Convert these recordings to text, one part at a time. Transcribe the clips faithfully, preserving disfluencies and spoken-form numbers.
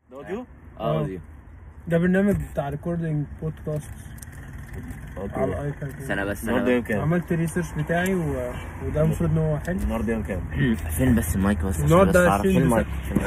ده اوديو؟ اه اوديو. ده برنامج بتاع ريكوردينج بودكاست على الايباد. استنى بس النهارده يوم كام؟ عملت الريسيرش بتاعي و... وده المفروض ان هو حلو. النهارده يوم كام؟ فين بس المايك بس النهارده عشان بس اعرف عشرين فين المايك.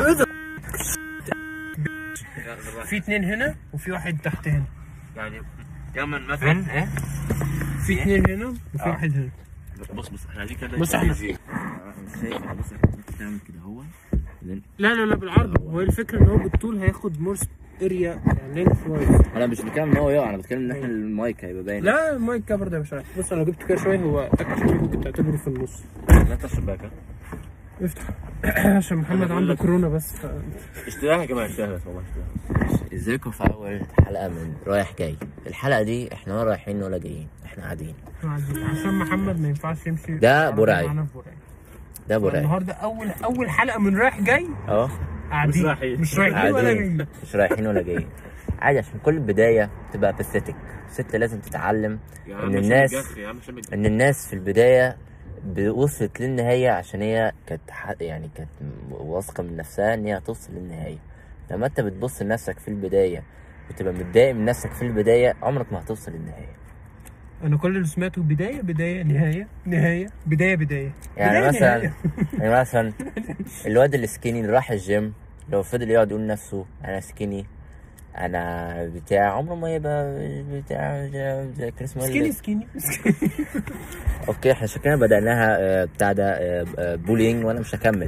في اتنين هنا وفي واحد تحت هنا. يعني يوما مثلا ايه؟ في اتنين هنا وفي واحد هنا. بص بص احنا عايزين كده. بص احنا بص بص تعمل كده هو. لا لا لا بالعرض. هو الفكره ان هو بالطول هياخد مور اريا لينث وايز. انا مش بتكلم ان هو يقع، انا بتكلم ان احنا المايك هيبقى باين. لا المايك كفر ده مش عارف. بص انا لو جبت كده شويه هو اكشلي ممكن تعتبره في النص. لا افتح الشباك. افتح عشان محمد عنده كورونا بس ف... اشتراها يا جماعه، اشتراها بس والله اشتراها. ازيكم في اول حلقه من رايح جاي. الحلقه دي احنا ولا رايحين ولا جايين، احنا قاعدين عشان محمد ما ينفعش يمشي. ده برعي. ده برعي. النهارده اول اول حلقه من رايح جاي. اه قاعدين مش رايحين. مش رايحين ولا جايين. مش رايحين ولا جايين عادي، عشان كل بدايه تبقى باثيتك. الست لازم تتعلم ان الناس ان الناس في البدايه وصلت للنهايه عشان هي كانت يعني كانت واثقه من نفسها ان هي هتوصل للنهايه. لما انت بتبص لنفسك في البدايه وتبقى متضايق من نفسك في البدايه، عمرك ما هتوصل للنهايه. انا كل اللي سمعته بدايه بدايه نهايه نهايه بدايه بدايه. يعني بداية مثلا نهاية. يعني مثلا الواد السكيني اللي راح الجيم لو فضل يقعد يقول نفسه انا سكيني انا بتاع، عمره ما يبقى بتاع كان اسمه سكيني سكيني اوكي احنا شكلنا بدأناها بتاع ده بولينج وانا مش هكمل.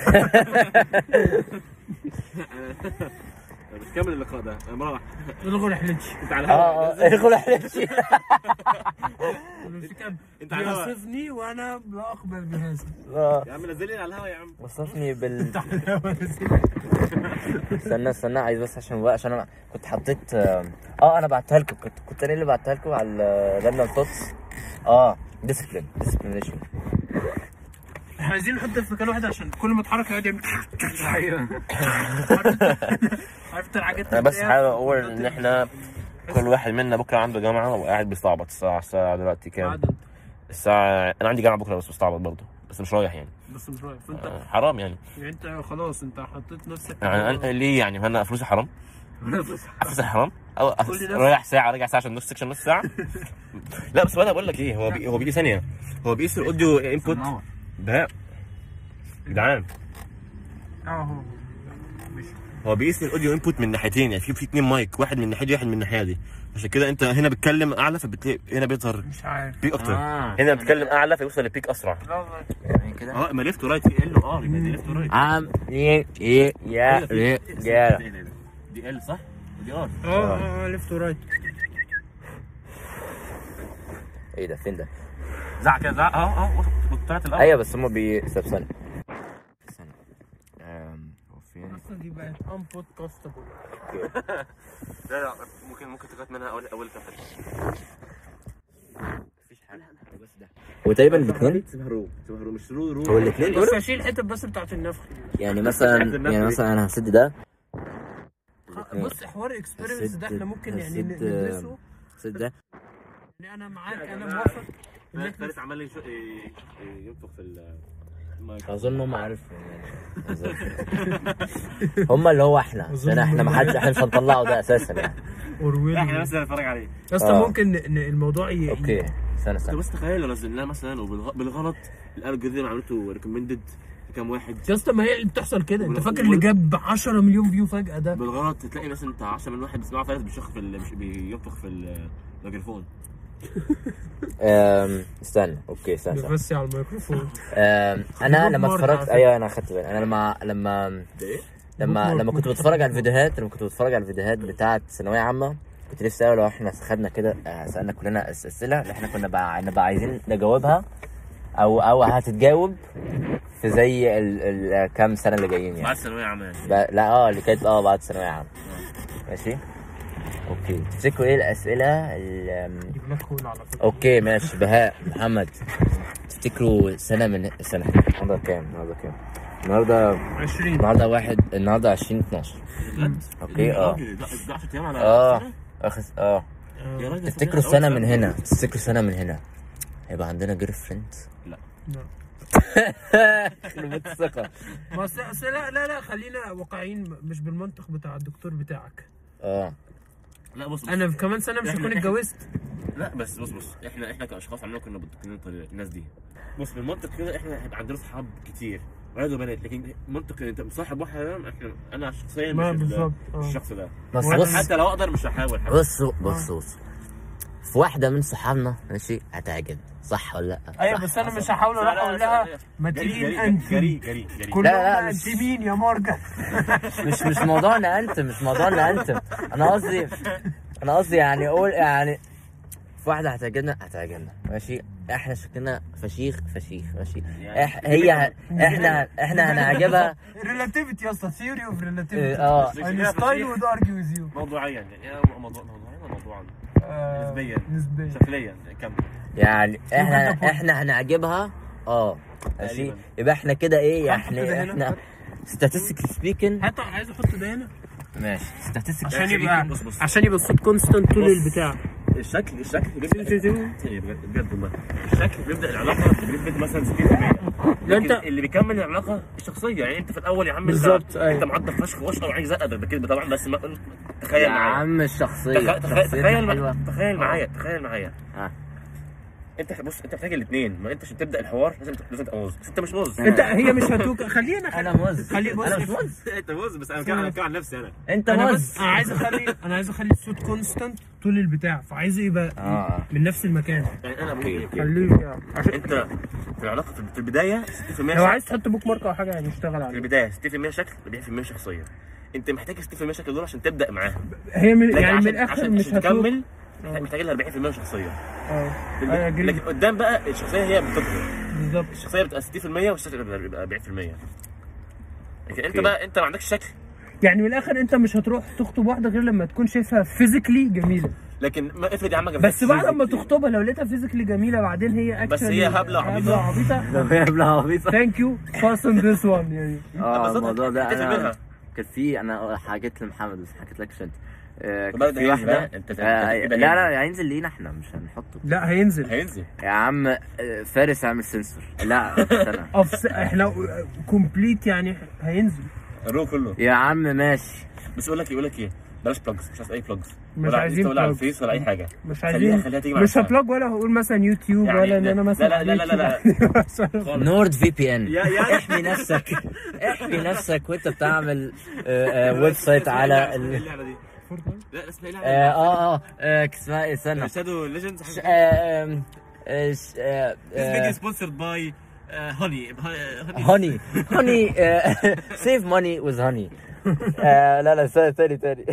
مش كمل اللقاء ده، انا مروح. الغوا رحلتي. انت على اه اه الغوا رحلتي. انت على الهوا. وصفني وانا لا اقبل بهذا. اه يا عم نزلني على الهوا يا عم. وصفني بال انت على الهوا. استنى استنى عايز بس عشان بقى عشان انا كنت حطيت اه انا بعتها لكم. كنت كنت انا اللي بعتها لكم على راندوم ثوتس. اه ديسبلين ديسبلينيشن. احنا عايزين نحط في مكان واحد عشان كل ما اتحرك يقعد يعمل. ايوه عرفت الحاجات. انا بس حابب اقول ان احنا كل واحد منا بكره عنده جامعه وقاعد بيستعبط. الساعه الساعه دلوقتي كام؟ الساعه انا عندي جامعه بكره بس بستعبط برضه، بس مش رايح يعني. بس مش رايح فانت آه حرام يعني. يعني انت خلاص انت حطيت نفسك يعني أنا ليه يعني انا فلوسي حرام؟ فلوسي حرام؟ او رايح ساعه راجع ساعه عشان نص سكشن نص ساعه. لا بس انا بقول لك ايه، هو بي... هو بيجي ثانيه، هو بيقيس الاوديو انبوت ده جدعان. اه هو هو بيقيس الاوديو انبوت من ناحيتين، يعني في في اثنين مايك، واحد من الناحيه دي واحد من الناحيه دي، عشان كده انت هنا بتتكلم اعلى فبتلاقي هنا بيظهر مش عارف بيك اكتر. آه. هنا بتتكلم اعلى فيوصل للبيك اسرع. يعني كده اه ما ليفت ورايت في ال اه يبقى دي ليفت ورايت. عم ايه ايه يا رجاله دي ال صح؟ ودي ار. اه اه ليفت ورايت. ايه ده فين ده؟ زعق كده زعق اه اه طلعت الاول. ايوه بس هم بيسب سنه سنه امم هو فين؟ اصلا دي بقت ان بودكاستبل. لا لا ممكن ممكن تغير منها اول اول كفر. مفيش حاجه بس ده هو تقريبا الاثنين. سيبها رو سيبها رو مش رو رو هو الاثنين دول بس اشيل الحته بس بتاعت النفخ. يعني مثلا يعني مثلا انا هسد ده. بص حوار الاكسبيرينس ده احنا ممكن يعني ندرسه. هسد ده يعني انا معاك انا موافق. الثالث عمال ينفخ في المايك. اظن هم عارفين يعني هم اللي هو احنا عشان احنا ما حدش احنا مش هنطلعه ده اساسا يعني. احنا بس هنتفرج عليه بس ممكن الموضوع ي... اوكي استنى استنى بس تخيل لو نزلناه مثلا وبالغلط الالجوريثم عملته ريكومندد كام واحد يا اسطى ما هي اللي بتحصل كده. انت فاكر اللي جاب عشرة مليون فيو فجأة ده بالغلط تلاقي مثلا انت عشرة من واحد بيسمعوا فارس بيشخ في مش بينفخ في الميكروفون. امم استنى اوكي استنى بس على الميكروفون. انا لما اتفرجت ايوه انا اخدت بالي. انا لما لما لما لما كنت بتفرج على الفيديوهات لما كنت بتفرج على الفيديوهات بتاعه ثانويه عامه كنت لسه لو احنا خدنا كده سالنا كلنا اسئله اللي احنا كنا بقى نبقى عايزين نجاوبها او او هتتجاوب في زي ال ال كام سنه اللي جايين يعني بعد ثانويه عامه. لا اه اللي كانت اه بعد ثانويه عامه. ماشي اوكي تفتكروا ايه الاسئله اوكي ماشي بهاء محمد تفتكروا سنه من سنه النهارده كام النهارده كام النهارده عشرين النهارده واحد النهارده عشرين اتناشر اوكي اه ده عشرة ايام على اه اخس اه تفتكروا سنه من هنا تفتكروا سنه من هنا هيبقى عندنا جيرل فريند؟ لا لا يخرب الثقه. ما أصل لا لا لا خلينا واقعيين، مش بالمنطق بتاع الدكتور بتاعك. اه لا بص, بص انا كمان سنه مش هكون اتجوزت. لا بس بص بص احنا احنا كاشخاص عمرنا كنا متقنين الناس دي. بص بالمنطق كده احنا هيبقى عندنا صحاب كتير ولاد وبنات، لكن منطق انت مصاحب واحده احنا انا شخصيا ما مش بالظبط الشخص ده. بس بص حتى لو اقدر مش هحاول. بص بص بص في واحده من صحابنا ماشي هتعجب، صح ولا لا؟ ايوه بس انا مش هحاول اروح اقول لها ما تيجي انت جري جري جري كلهم لا لا انت مين يا مورجان. مش مش موضوعنا انت مش موضوعنا انت انا قصدي انا قصدي يعني اقول يعني في واحده هتعجبنا هتعجبنا ماشي، احنا شكلنا فشيخ فشيخ ماشي، إح هي احنا احنا هنعجبها. ريلاتيفيتي يا اسطى، ثيوري اوف ريلاتيفيتي. اه اينشتاين وود ارجيو ويز يو. موضوعيا يعني موضوع موضوعيا موضوعا نسبيا نسبيا شكليا كمل. يعني احنا احنا هنعجبها اه ماشي، يبقى احنا كده ايه يعني احنا statistically speaking. حتى عايز احط ده هنا ماشي statistically عشان يعني يبقى بص بص. عشان يبقى الصوت كونستانت طول البتاع. الشكل الشكل بجد بجد والله الشكل بيبدا العلاقه بنسبه مثلا ستين بالمية. لا انت اللي بيكمل العلاقه الشخصيه، يعني انت في الاول يا عم بالظبط انت معضل فشخ واشقى وعايز ازقك بكده طبعا، بس ما تخيل يا معايا عم الشخصيه تخيل تخيل تخيل, حلوة. تخيل معايا تخيل معايا اه انت بص انت محتاج الاثنين، ما انت عشان تبدا الحوار لازم لازم تبقى موز، بس انت مش موز. انت هي مش هتوك. خلينا انا موز خلي بص انا مش موز انت موز بس انا بتكلم عن نفسي انا انت انا موز. بس انا عايز اخلي انا عايز اخلي الصوت كونستانت طول البتاع، فعايزه يبقى اه من نفس المكان. يعني انا بقول ايه خليه انت في العلاقه في البدايه ستين بالمية لو عايز تحط بوك مارك او حاجه هنشتغل في عليه. البدايه ستين بالمية شكل أربعين بالمية شخصيه. انت محتاج ستين بالمية شكل دول عشان تبدا معاهم. هي من يعني من عشان الاخر عشان مش هتوك. تكمل محتاج لها أربعين بالمية شخصيه. اه ايوه لكن جري قدام بقى الشخصيه هي بتكبر، بالظبط. الشخصيه بتبقى ستين بالمية والشكل بيبقى أربعين بالمية. لكن انت بقى انت ما عندكش شكل، يعني من الاخر انت مش هتروح تخطب واحده غير لما تكون شايفها فيزيكلي جميله. لكن ما افرض يا عم بس بعد ما تخطبها لو لقيتها فيزيكلي جميله بعدين هي بس هي هبله هبله عبيطه لو هي بلا عبيطه ثانك يو فاستن ذس وان يعني. اه بس الموضوع ده هتتفق انا منها. كان في انا حكيت لمحمد بس حكيت لكش انت. آه، طب كان ده في هينزل واحده بقى؟ انت- انت- آه، انت- لا لا هينزل لينا احنا مش هنحطه. لا هينزل هينزل يا عم آه، فارس عامل سنسور لا استنى أفس... احنا كومبليت يعني هينزل. الرو كله. يا عم ماشي بس يقول لك يقول لك ايه بلاش بلجز، مش عايز اي بلجز مش ولا على عايزين الانستا ولا على plugs. الفيس ولا اي حاجه. مش خليها عايزين خليها تيجي مع مش نفسها. هبلوج ولا هقول مثلا يوتيوب يعني ولا ان لا- انا مثلا لا- لا- لا- لا- لا. خالص. نورد في بي ان يا- يا- احمي نفسك احمي نفسك وانت بتعمل آه، آه، ويب سايت على ال- اللعبه دي لا اسمها ايه اه اللعبه اه اه اسمها ايه استنى شادو ليجندز. ش- آه، آم، آه، ش- آه، فيديو آه، سبونسرد باي هوني هوني هوني سيف ماني وذ هوني. لا لا ثاني ثاني ثاني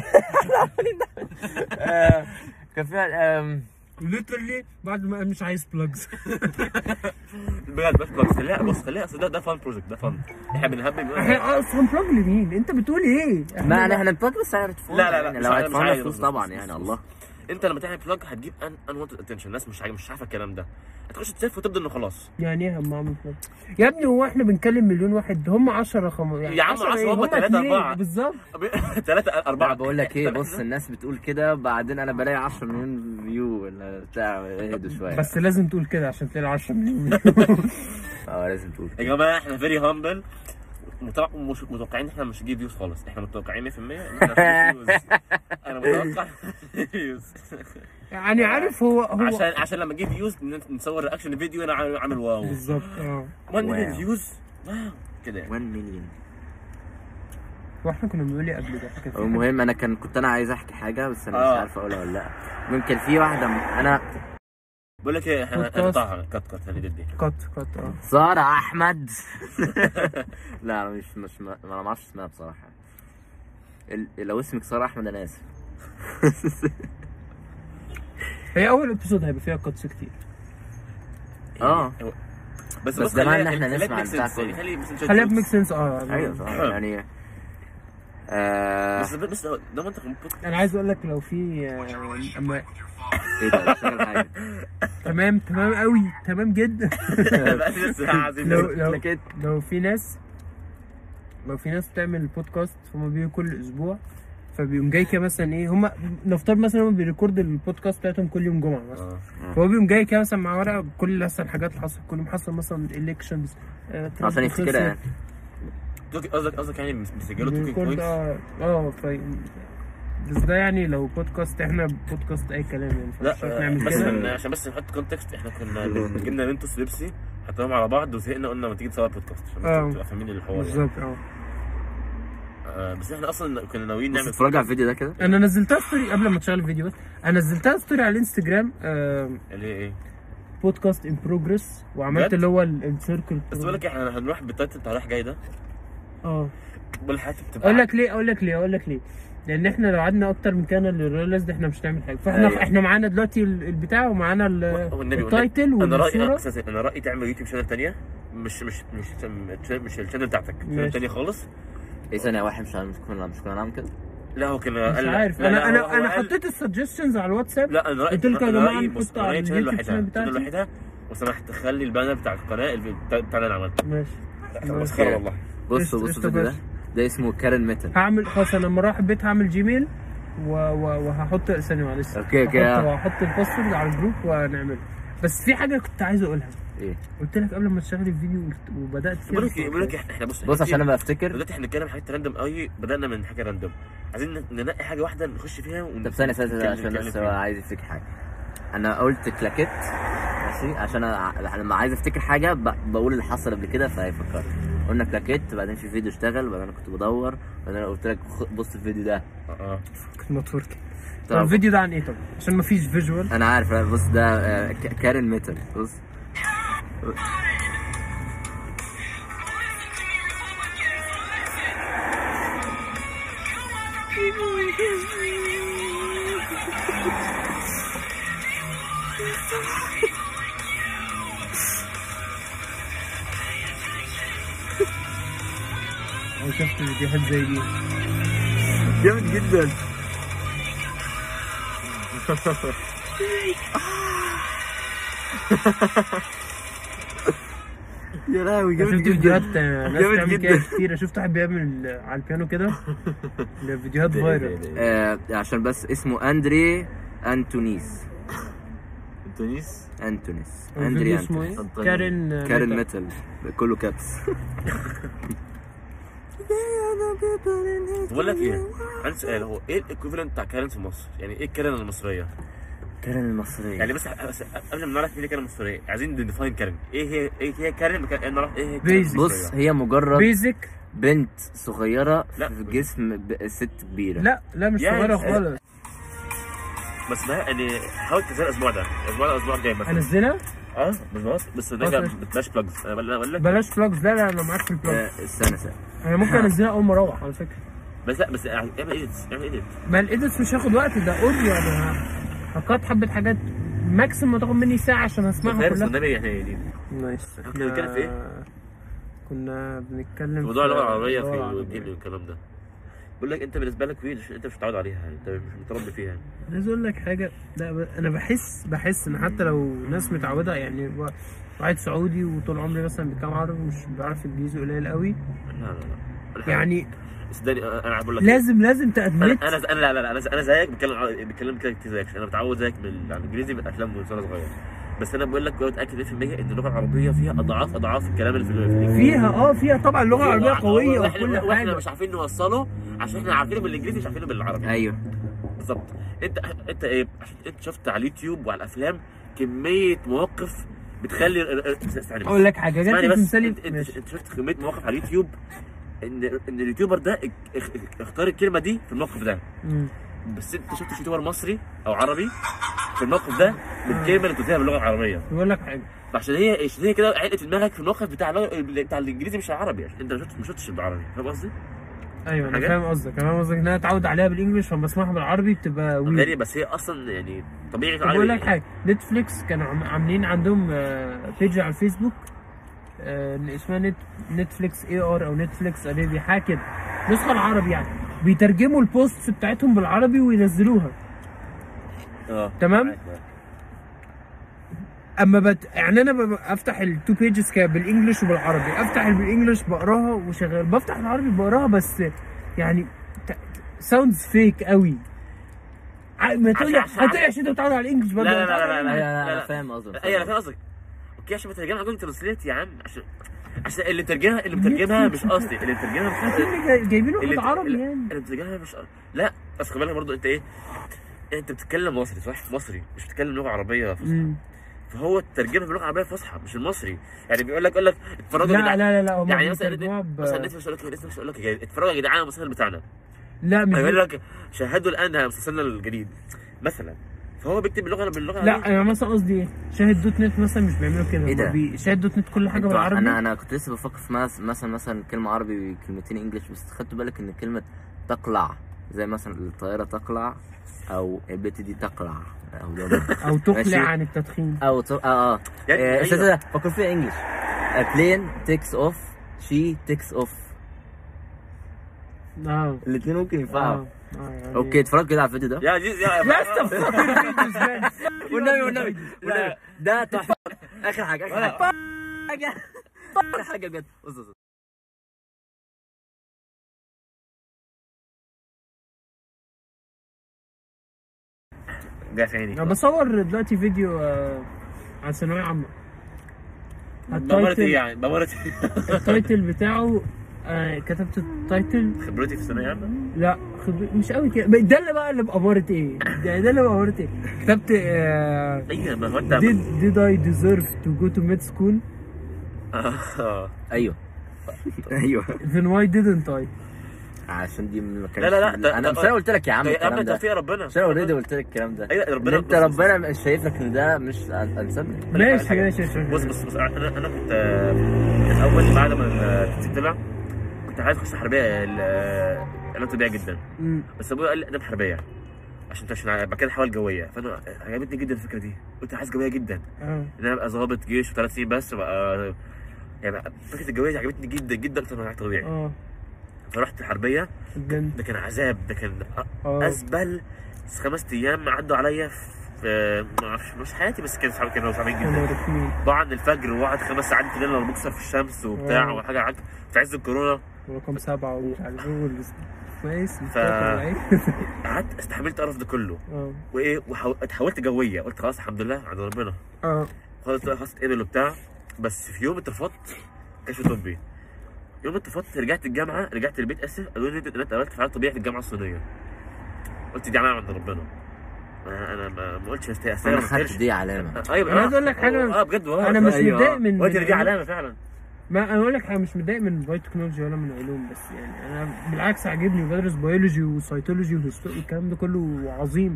آه، كان فيها آم، ليترلي بعد ما مش عايز بلجز. بجد بس بلجز خليها بص خليها اصل ده ده فان بروجكت ده فان احنا بنهبل. احنا اصلا بلج لمين؟ انت بتقول ايه؟ ما انا احنا بنبقى بس على هيدفون. لا- لا- لا، يعني مش لو عايز- هيدفون مش عايز. فلوس بص- طبعا بص- يعني بص- الله. انت لما تعمل بلوج هتجيب ان انوانتد اتنشن، الناس مش عايزه مش عارفه الكلام ده، هتخش تسيف وتبدا انه خلاص. يعني ايه هم عامل بلج؟ يا ابني هو احنا بنكلم مليون واحد هم عشرة خمسة يعني يا عم عشرة هم تلاتة اتنين أربعة. بالظبط. ثلاثة لا أربعة. بقول لك ايه بص الناس بتقول كده بعدين انا بلاقي عشرة مليون فيو ولا بتاع اهدوا شويه. بس لازم تقول كده عشان تلاقي عشرة مليون. اه لازم تقول يا جماعه احنا فيري هامبل، مش متوقعين احنا مش هنجيب فيوز خالص، احنا متوقعين مية في المية ان احنا هنجيب فيوز. انا متوقع فيوز يعني عارف هو هو عشان عشان لما اجيب فيوز نصور رياكشن فيديو انا عامل عامل واو بالظبط اه. واحد مليون واو. فيوز واو كده يعني. واحد مليون. واحنا كنا بنقول ايه قبل ده؟ كان في المهم انا كان كنت انا عايز احكي حاجه بس انا آه. مش عارف اقولها ولا لا. ممكن في واحده م- انا بقول لك ايه احنا بودكاست. هنقطعها كت كت اللي دي كات كات اه. ساره احمد. لا انا مش مش ما انا ما اعرفش اسمها بصراحه. ال- لو اسمك ساره احمد انا اسف. هي اول ابيسود هيبقى فيها كاتس كتير. اه بس بس ده معناه ان احنا نسمع البتاع كله. خليها بميك سنس اه. ايوه صح يعني آه بس بس ده منطق انا عايز اقول لك لو في آه، اما ايه ده اشتغل حاجه. تمام تمام قوي تمام جدا. لو لو كده. لو في ناس لو في ناس تعمل بودكاست هما بيجوا كل اسبوع فبيقوم جاي كده مثلا ايه، هم نفترض مثلا هم بيريكورد البودكاست بتاعتهم كل يوم جمعه مثلا، اه فهو بيقوم جاي كده مثلا مع ورقه كل مثلا الحاجات اللي حصلت كل يوم، حصل مثلا الكشنز عشان يفتكرها يعني. قصدك قصدك يعني بيسجلوا توكينج بيريكورد بوينتس. اه اه ف بس ده يعني لو بودكاست، احنا بودكاست اي كلام يعني، لا فمش هنعمل بس كده. من عشان بس نحط كونتكست، احنا كنا جبنا منتوس بيبسي حطيناهم على بعض وزهقنا، قلنا ما تيجي نصور بودكاست عشان اه. الناس تبقى فاهمين الحوار يعني. بالظبط اه. آه، بس احنا اصلا كنا ناويين نعمل اتفرج على الفيديو ده كده. انا نزلتها ستوري قبل ما تشغل الفيديو، بس انا نزلتها ستوري على الانستجرام آه اللي هي ايه بودكاست ان بروجرس، وعملت بجد؟ اللي هو ال- السيركل. بس بقول لك احنا هنروح بالتايتل بتاع رايح جاي ده، اه بقول حياتي بتبقى اقول لك ليه اقول لك ليه اقول لك ليه لان احنا لو قعدنا اكتر من كده للريلاز دي احنا مش هنعمل حاجه، فاحنا أيوة. احنا معانا دلوقتي ال- البتاع، ومعانا ال- والنبي التايتل انا رايي والصوره. اساسا انا رايي تعمل يوتيوب شانل ثانيه، مش مش مش مش, مش الشانل بتاعتك، شانل ماشي. ثانيه خالص. ايه ثانية واحد مش مش كنا مش كنا نعمل كده. لا هو كان مش قال- عارف، لا، لا، انا هو- انا هو انا قال- حطيت السجستشنز على الواتساب. لا انا رايي قلت لكم يا أنا جماعه رأيي- نحط بص، أنا على رايي شانل اليوتيوب لوحدها، بتاعتي. شانل لوحدها، وسمحت تخلي البانر بتاع القناه الفي- بتاع اللي انا عملته. ماشي مسخره والله. بص بص قشطة الفيديو ده باشا. ده اسمه كارن ميتل. هعمل خلاص، انا لما اروح البيت هعمل جيميل و... و... وهحط ثانيه معلش. أوكي، أوكي. هحط هحط الباسورد على الجروب ونعمله. بس في حاجه كنت عايز اقولها، ايه قلت لك قبل ما تشغل الفيديو قلت- وبدات فيها. بقول لك إيه، بقول لك احنا بص بص عشان انا بفتكر. دلوقتي احنا بنتكلم حاجات راندوم قوي، بدانا من حاجه راندوم، عايزين ننقي حاجه واحده نخش فيها ون... طب ثانية ثانية ثانية نتكلم- عشان نتكلم بس فيها. هو عايز يفتكر حاجة. أنا قلت كلاكيت ماشي عشان أنا لما عايز أفتكر حاجة ب... بقول اللي حصل قبل كده فهيفكر. قلنا كلاكيت، بعدين في فيديو اشتغل، بعدين أنا كنت بدور، بعدين أنا قلت لك خ- بص الفيديو ده. اه كنت نتورك. طب طب الفيديو ده عن ايه طب؟ عشان ما فيش فيجوال. أنا عارف بص ده آه، ك- كارن ميتل. بص انا شفت فيديوهات زي دي. جامد جدا. يا لهوي شفت جامد فيديوهات جدا. آه، ناس جامد بتعمل جدا. كده كتير. شفت واحد بيعمل على البيانو كده. ده فيديوهات فايرال. آه عشان بس اسمه اندري انتونيس. انتونيس انتونيس الفيديو اندري اسمه ايه؟ انتونيس. كارين آه، كارن ميتل. ميتل كله كابس. بقول لك ايه، عندي سؤال، هو ايه الايكوفالنت بتاع كارن في مصر؟ يعني ايه الكارن المصريه؟ كارن المصرية يعني بس بس قبل ما نعرف ايه كارن المصريه، عايزين نديفاين كارن. ايه هي ايه هي كارن؟ مكان- ايه نعرف ايه هي كارن Basic. بص المصرية؟ هي مجرد بيزك. بنت صغيرة لا. في جسم ب- ست كبيرة. لا لا مش يعني صغيره آه، خالص. بس ده يعني حاول تنزل الاسبوع ده، الاسبوع ده الاسبوع الجاي مثلا. انزلها؟ اه بالظبط، بس ده خلاص. بلاش بلاجز، انا بقول بقول لك بلاش فلوجز. لا لا انا معاك في الفلوجز. آه، استنى استنى انا ممكن انزلها اول ما اروح على فكره. بس لا بس اعمل ايديتس اعمل ايديت. ما الايديتس مش هاخد وقت، ده اوديو يعني. هقط حبه حاجات ماكسيموم تاخد مني ساعه عشان اسمعها فارس كلها. النبي يعني دي نايس. إحنا كنا بنتكلم في إيه؟ كنا بنتكلم في موضوع اللغه العربيه اللغة في العربية. الجيم والكلام ده. بقول لك انت بالنسبه لك ويل عشان انت مش متعود عليها، يعني انت مش متربي فيها. عايز اقول لك حاجه، لا ب- انا بحس بحس ان حتى لو ناس متعوده يعني و- واحد سعودي وطول عمري مثلا بيتكلم عربي ومش بيعرف انجليزي قليل قوي لا لا لا يعني صدقني انا بقول لك لازم لازم انا تأدمت. انا انا لا لا لا، انا انا زيك بتكلم عربي- بتكلم كده كتير زيك، انا متعود زيك من على الانجليزي من افلام وانا صغير. بس انا بقول لك متاكد مية في المية ان اللغه العربيه فيها اضعاف اضعاف الكلام اللي في الانجليزي. فيها اه فيها طبعا اللغه العربيه قويه وإحنا- وكل واحنا حاجه. مش عارفين نوصله عشان احنا عارفينه بالانجليزي مش عارفينه بالعربي. ايوه بالظبط. انت انت ايه عشان انت شفت على اليوتيوب وعلى الافلام كميه مواقف بتخلي اسمعني بس. اقول لك حاجه جت اسمعني لي في بس، مثالي. انت, انت, ماشي. انت شفت كميه مواقف على اليوتيوب ان ان اليوتيوبر ده اخ- اخ- اختار الكلمه دي في الموقف ده، مم. بس انت شفت يوتيوبر مصري او عربي في الموقف ده بالكلمه اللي قلتها باللغه العربيه. بقول لك حاجه، عشان هي عشان هي كده علقت في دماغك في الموقف بتاع اللغة- بتاع الانجليزي مش العربي، عشان انت ما شفتش ما شفتش بالعربي. فاهم قصدي؟ ايوه انا حاجة؟ فاهم قصدك، انا فاهم قصدك ان انا اتعود عليها بالانجلش فلما بسمعها بالعربي بتبقى ويرد. غريب، بس هي اصلا يعني طبيعي طب بقول لك حاجه، نتفليكس كانوا عم- عاملين عندهم بيج على الفيسبوك آه، اسمها نت نتفليكس اي ار او نتفليكس اريبي حاجه كده، نسخه العربي يعني، بيترجموا البوستس بتاعتهم بالعربي وينزلوها. اه تمام؟ اما بت... يعني انا ببقى افتح التو بيجز بالانجلش وبالعربي، افتح بالانجلش بقراها وشغال، بفتح العربي بقراها، بس يعني ت... ساوندز فيك قوي. ما تقولي هتقولي عشان انت بتتعود على الانجلش برضه. لا لا لا لا لا انا فاهم قصدك. ايوه انا فاهم قصدك. اوكي عشان بترجمها على جوجل ترانسليت يا عم، عشان عشان اللي مترجمها اللي مترجمها مش اصلي، اللي مترجمها مش اصلي، جايبين واحد عربي يعني. اللي مترجمها مش أصلي. لا بس خد بالك برضه انت ايه، انت بتتكلم مصري صح؟ مصري مش بتتكلم لغه عربيه فصحى، فهو الترجمه باللغه العربيه فصحى مش المصري. يعني بيقول لك يقول لك اتفرجوا لا لا لا لا يعني مثلا مثلا نتفلكس يقول لك يقول لك اتفرجوا يا جدعان على المسلسل بتاعنا. لا مش يقول لك شاهدوا الان مسلسلنا الجديد مثلا، فهو بيكتب باللغه باللغه. لا انا مثلا قصدي ايه، شاهد دوت نت مثلا مش بيعملوا كده. ايه ده؟ شاهد دوت نت كل حاجه بالعربي. انا انا كنت لسه بفكر في مثلا مثلا كلمه عربي وكلمتين انجلش، بس خدت بالك ان كلمه تقلع زي مثلا الطياره تقلع، او البت دي تقلع او او تقلع عن التدخين او ت... اه اه يعني استاذ أيوة. فكر فيها انجلش. بلين تيكس اوف، شي تيكس اوف. اه الاثنين ممكن ينفعوا. آه. آه يعني اوكي اتفرج كده على الفيديو ده. يا جيز يا لا استغفر والنبي والنبي ده تحفه. اخر حاجه اخر حاجه حاجه اخر حاجه بجد. بص بص جاي في عيني. انا بصور دلوقتي فيديو آه عن ثانويه عامه. بمرت ايه يعني؟ بمرت التايتل بتاعه آه كتبت التايتل خبرتي في ثانويه عامه؟ لا خبر... مش قوي كده. ده اللي بقى اللي بأمارة ايه؟ يعني ده اللي بأمارة ايه؟ كتبت آه ايوه ما هو انت did, did I deserve to go to med school؟ اه ايوه ايوه then why didn't I؟ عشان دي ما لا لا لا انا مش انا قلت لك يا عم الكلام ده توفيق ربنا. مش انا اوريدي قلت لك الكلام ده. ايوه ربنا انت ربنا مش شايف لك ان ده مش انسب. ماشي ماشي. بص بص بص انا انا كنت الاول بعد ما التنسيق طلع كنت عايز اخش حربيه العلوم طبيعيه جدا، بس ابويا قال لي اداب حربيه عشان عشان بعد كده احول جويه، فانا عجبتني جدا الفكره دي. قلت عايز جويه جدا ان انا ابقى ظابط جيش وثلاث سنين بس بقى، يعني فكره الجويه دي عجبتني جدا جدا اكتر من العلاج الطبيعي. اه فرحت الحربيه. ده كان عذاب، ده كان ازبل خمس ايام عدوا عليا في ما اعرفش مش حياتي، بس كانوا صعبين كانوا صعبين جدا. طبعا الفجر وقعد خمس ساعات في الليل بكسر في الشمس وبتاع وحاجه عك في عز الكورونا ورقم سبعه ومش عارف ايه كويس. ف قعدت استحملت القرف ده كله. اه وايه وحاولت جويه، قلت خلاص الحمد لله عند ربنا. اه خلاص خلاص اتقبل وبتاع، بس في يوم اترفضت كشف طبي. يوم اترفضت رجعت الجامعه، رجعت البيت اسف، قالوا لي انت اتقابلت في علاج طبيعي في الجامعه الصينيه. قلت دي علامه عند ربنا. انا ما ما قلتش استاهل. انا خدت دي علامه. ايوه انا عايز اقول لك حاجه. اه بجد انا مش متضايق من قلت دي علامه فعلا. ما انا اقول لك حاجه، مش متضايق من بايوتكنولوجي ولا من علوم، بس يعني انا بالعكس عاجبني وبدرس بيولوجي وسيتولوجي وهيستولوجي والكلام ده كله عظيم.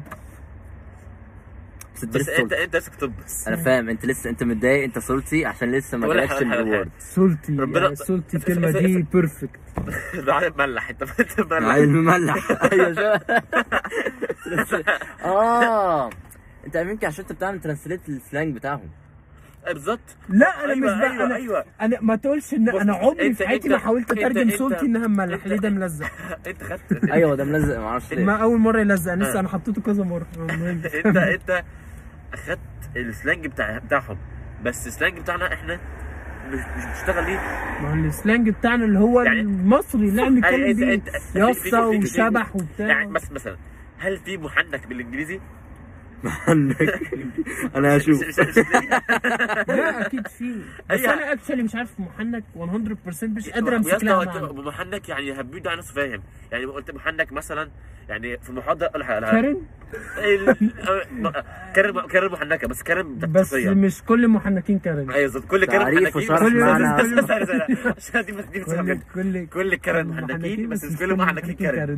بس, بس انت انت لسه كتب بس انا فاهم انت لسه انت متضايق انت سلطي عشان لسه ما جالكش الريورد. سلطي ربنا سلطي الكلمه دي بيرفكت. عيل مملح انت مملح عيل مملح ايوه اه انت يمكن عشان انت بتعمل ترانسليت للسلانج بتاعهم. بالظبط. لا انا أيوة مش بقى أيوة انا أيوة. انا ما تقولش ان انا عمري في حياتي ما حاولت اترجم صوتي انها مملح. ليه ده ملزق؟ انت خدت ايوه ده ملزق ما اعرفش ليه. ما اول مره يلزق لسه انا حطيته كذا مره. انت انت اخدت السلانج بتاع بتاعهم، بس السلانج بتاعنا احنا مش مش بنشتغل ليه؟ ما هو السلانج بتاعنا اللي هو يعني المصري اللي احنا بنتكلم بيه يافطه وشبح وبتاع. يعني بس مثلا هل في محنك بالانجليزي؟ محنك انا هشوف. لا اكيد في، بس انا اكشلي مش عارف محنك مية بالمية مش قادر امسك لها. محنك يعني هبيد ده ناس فاهم، يعني قلت محنك مثلا يعني في المحاضره كارن كارن كارن محنكه، بس كارن بس مش كل المحنكين كارن. ايوه بالظبط كل كارن محنكين عشان دي بس دي كل كل كارن محنكين بس مش كل المحنكين كارن.